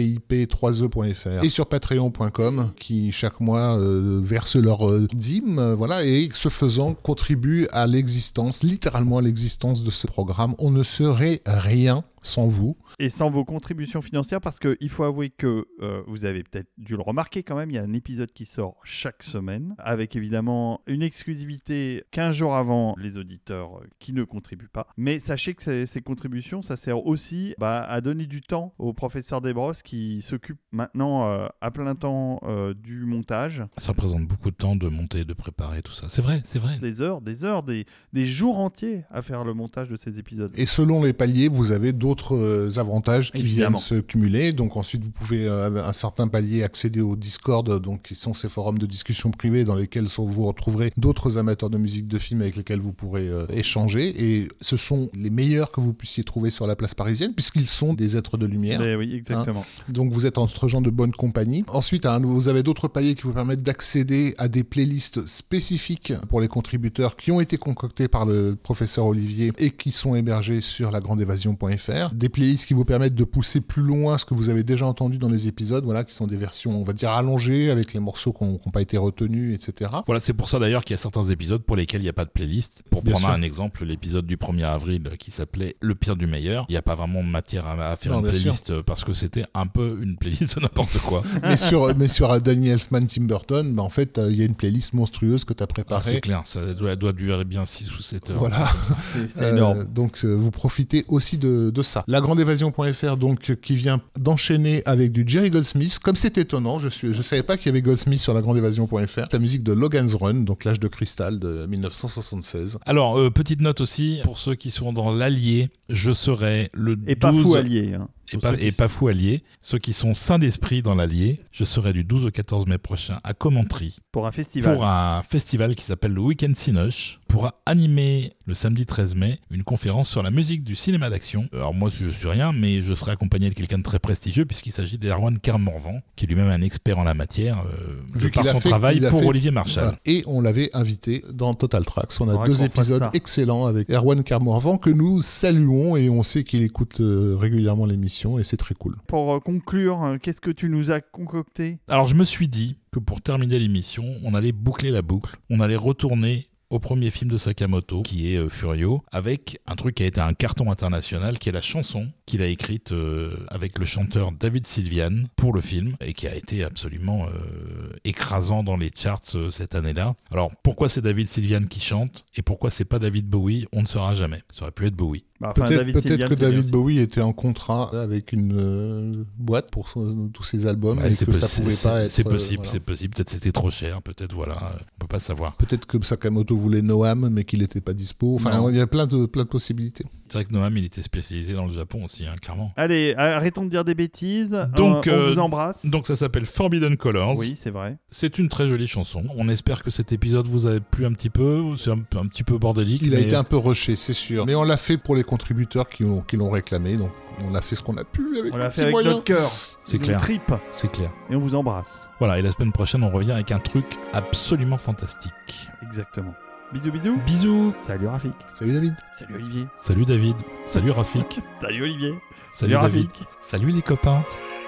TIP3E.fr et sur Patreon.com qui chaque mois versent leur dîme, voilà, et ce faisant contribuent à l'existence, littéralement à l'existence de ce programme. On ne serait rien sans vous. Et sans vos contributions financières, parce qu'il faut avouer que vous avez peut-être dû le remarquer quand même, il y a un épisode qui sort chaque semaine, avec évidemment une exclusivité 15 jours avant les auditeurs qui ne contribuent pas. Mais sachez que ces contributions, ça sert aussi à donner du temps au professeur Desbrosses qui s'occupe maintenant à plein temps du montage. Ça représente beaucoup de temps de monter, de préparer tout ça. C'est vrai, c'est vrai. Des heures, des jours entiers à faire le montage de ces épisodes. Et selon les paliers, vous avez d'autres avantages qui Évidemment. viennent se cumuler. Donc ensuite, vous pouvez à un certain palier accéder au Discord, donc qui sont ces forums de discussion privés dans lesquels vous retrouverez d'autres amateurs de musique de film avec lesquels vous pourrez échanger. Et ce sont les meilleurs que vous puissiez trouver sur la place parisienne, puisqu'ils sont des êtres de lumière. Mais oui, exactement. Donc vous êtes entre gens de bonne compagnie. Ensuite, vous avez d'autres paliers qui vous permettent d'accéder à des playlists spécifiques pour les contributeurs qui ont été concoctés par le professeur Olivier et qui sont hébergés sur lagrandévasion.fr. Des playlists qui vous permettent de pousser plus loin ce que vous avez déjà entendu dans les épisodes, voilà, qui sont des versions, on va dire, allongées avec les morceaux qui n'ont pas été retenus, etc. Voilà, c'est pour ça d'ailleurs qu'il y a certains épisodes pour lesquels il n'y a pas de playlist. Pour Bien prendre sûr. un exemple, l'épisode du 1er avril qui s'appelait Le pire du meilleur, il n'y a pas vraiment matière à faire Non, une bien playlist parce que c'était un peu une playlist de n'importe quoi. mais sur Danny Elfman Tim Burton, en fait, il y a une playlist monstrueuse que tu as Ah, préparée. c'est clair, ça doit durer bien 6 ou 7 heures. Voilà. C'est énorme. Donc vous profitez aussi de ça. Lagrandévasion.fr, donc qui vient d'enchaîner avec du Jerry Goldsmith. Comme c'est étonnant, je savais pas qu'il y avait Goldsmith sur lagrandévasion.fr. La musique de Logan's Run, donc L'âge de cristal de 1976. Alors, petite note aussi, pour ceux qui sont dans l'Allier, je serai le 12... Et pas fou allié. Hein. Et pas fou allié. Ceux qui sont sains d'esprit dans l'Allier, je serai du 12 au 14 mai prochain à Commentry Pour un festival. pour un festival qui s'appelle le Weekend Cinoche pour animer le samedi 13 mai une conférence sur la musique du cinéma d'action. Alors moi je suis rien, mais je serai accompagné de quelqu'un de très prestigieux puisqu'il s'agit d'Erwan Kermorvan, qui est lui-même un expert en la matière Vu par qu'il a son fait- travail il a pour fait- Olivier Marchal. Voilà. Et on l'avait invité dans Total Tracks. On a Faudra 2 qu'on fasse épisodes ça. excellents avec Erwan Kermorvan que nous saluons et on sait qu'il écoute régulièrement l'émission et c'est très cool. Pour conclure, qu'est-ce que tu nous as concocté ? Alors je me suis dit que pour terminer l'émission, on allait boucler la boucle, on allait retourner au premier film de Sakamoto, qui est Furio, avec un truc qui a été un carton international, qui est la chanson qu'il a écrite avec le chanteur David Sylvian pour le film, et qui a été absolument écrasant dans les charts cette année-là. Alors pourquoi c'est David Sylvian qui chante, et pourquoi c'est pas David Bowie, on ne saura jamais. Ça aurait pu être Bowie. Peut-être Sylvian, que c'est bien David aussi. Bowie était en contrat avec une boîte pour tous ses albums et c'est que ça pouvait pas être... c'est possible, voilà. c'est possible. Peut-être c'était trop cher, peut-être voilà, on peut pas savoir. Peut-être que Sakamoto voulait Noam mais qu'il n'était pas dispo. Enfin, Non. il y a plein de possibilités. C'est vrai que Noam, il était spécialisé dans le Japon aussi, hein, clairement. Allez, arrêtons de dire des bêtises. Donc, on vous embrasse. Donc ça s'appelle Forbidden Colors. Oui, c'est vrai. C'est une très jolie chanson. On espère que cet épisode vous a plu un petit peu. C'est un petit peu bordélique. Il a mais été un peu rushé, c'est sûr. Mais on l'a fait pour les contributeurs qui l'ont réclamé. Donc on a fait ce qu'on a pu avec On nos l'a petits fait avec moyens. notre cœur. C'est Nos clair. tripes. C'est clair. Et on vous embrasse. Voilà, et la semaine prochaine, on revient avec un truc absolument fantastique. Exactement. Bisous, bisous. Bisous. Salut Rafik. Salut David. Salut Olivier. Salut David. Salut Rafik. Salut Olivier. Salut David. Rafik. Salut les copains.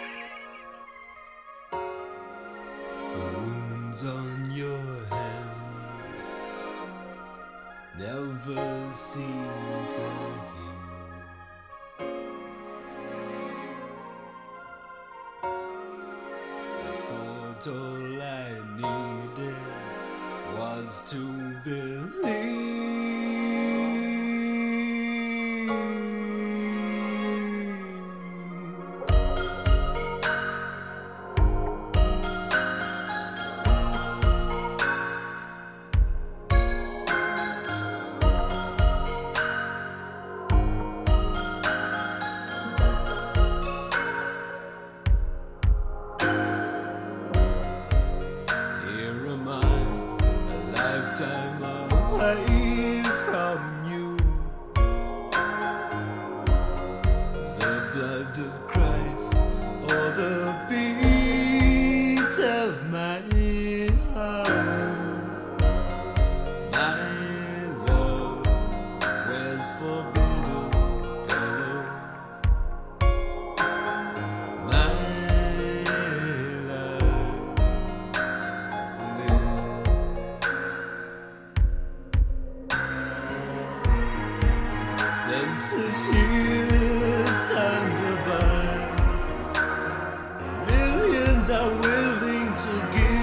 Wounds on your hand never seem to heal. all I needed was to believe. Here am I, a lifetime away from you. The blood of Christ, or the beat of my heart. My love wears forbidden colors. My love lives. Senseless years thunder by. Millions are willing to give.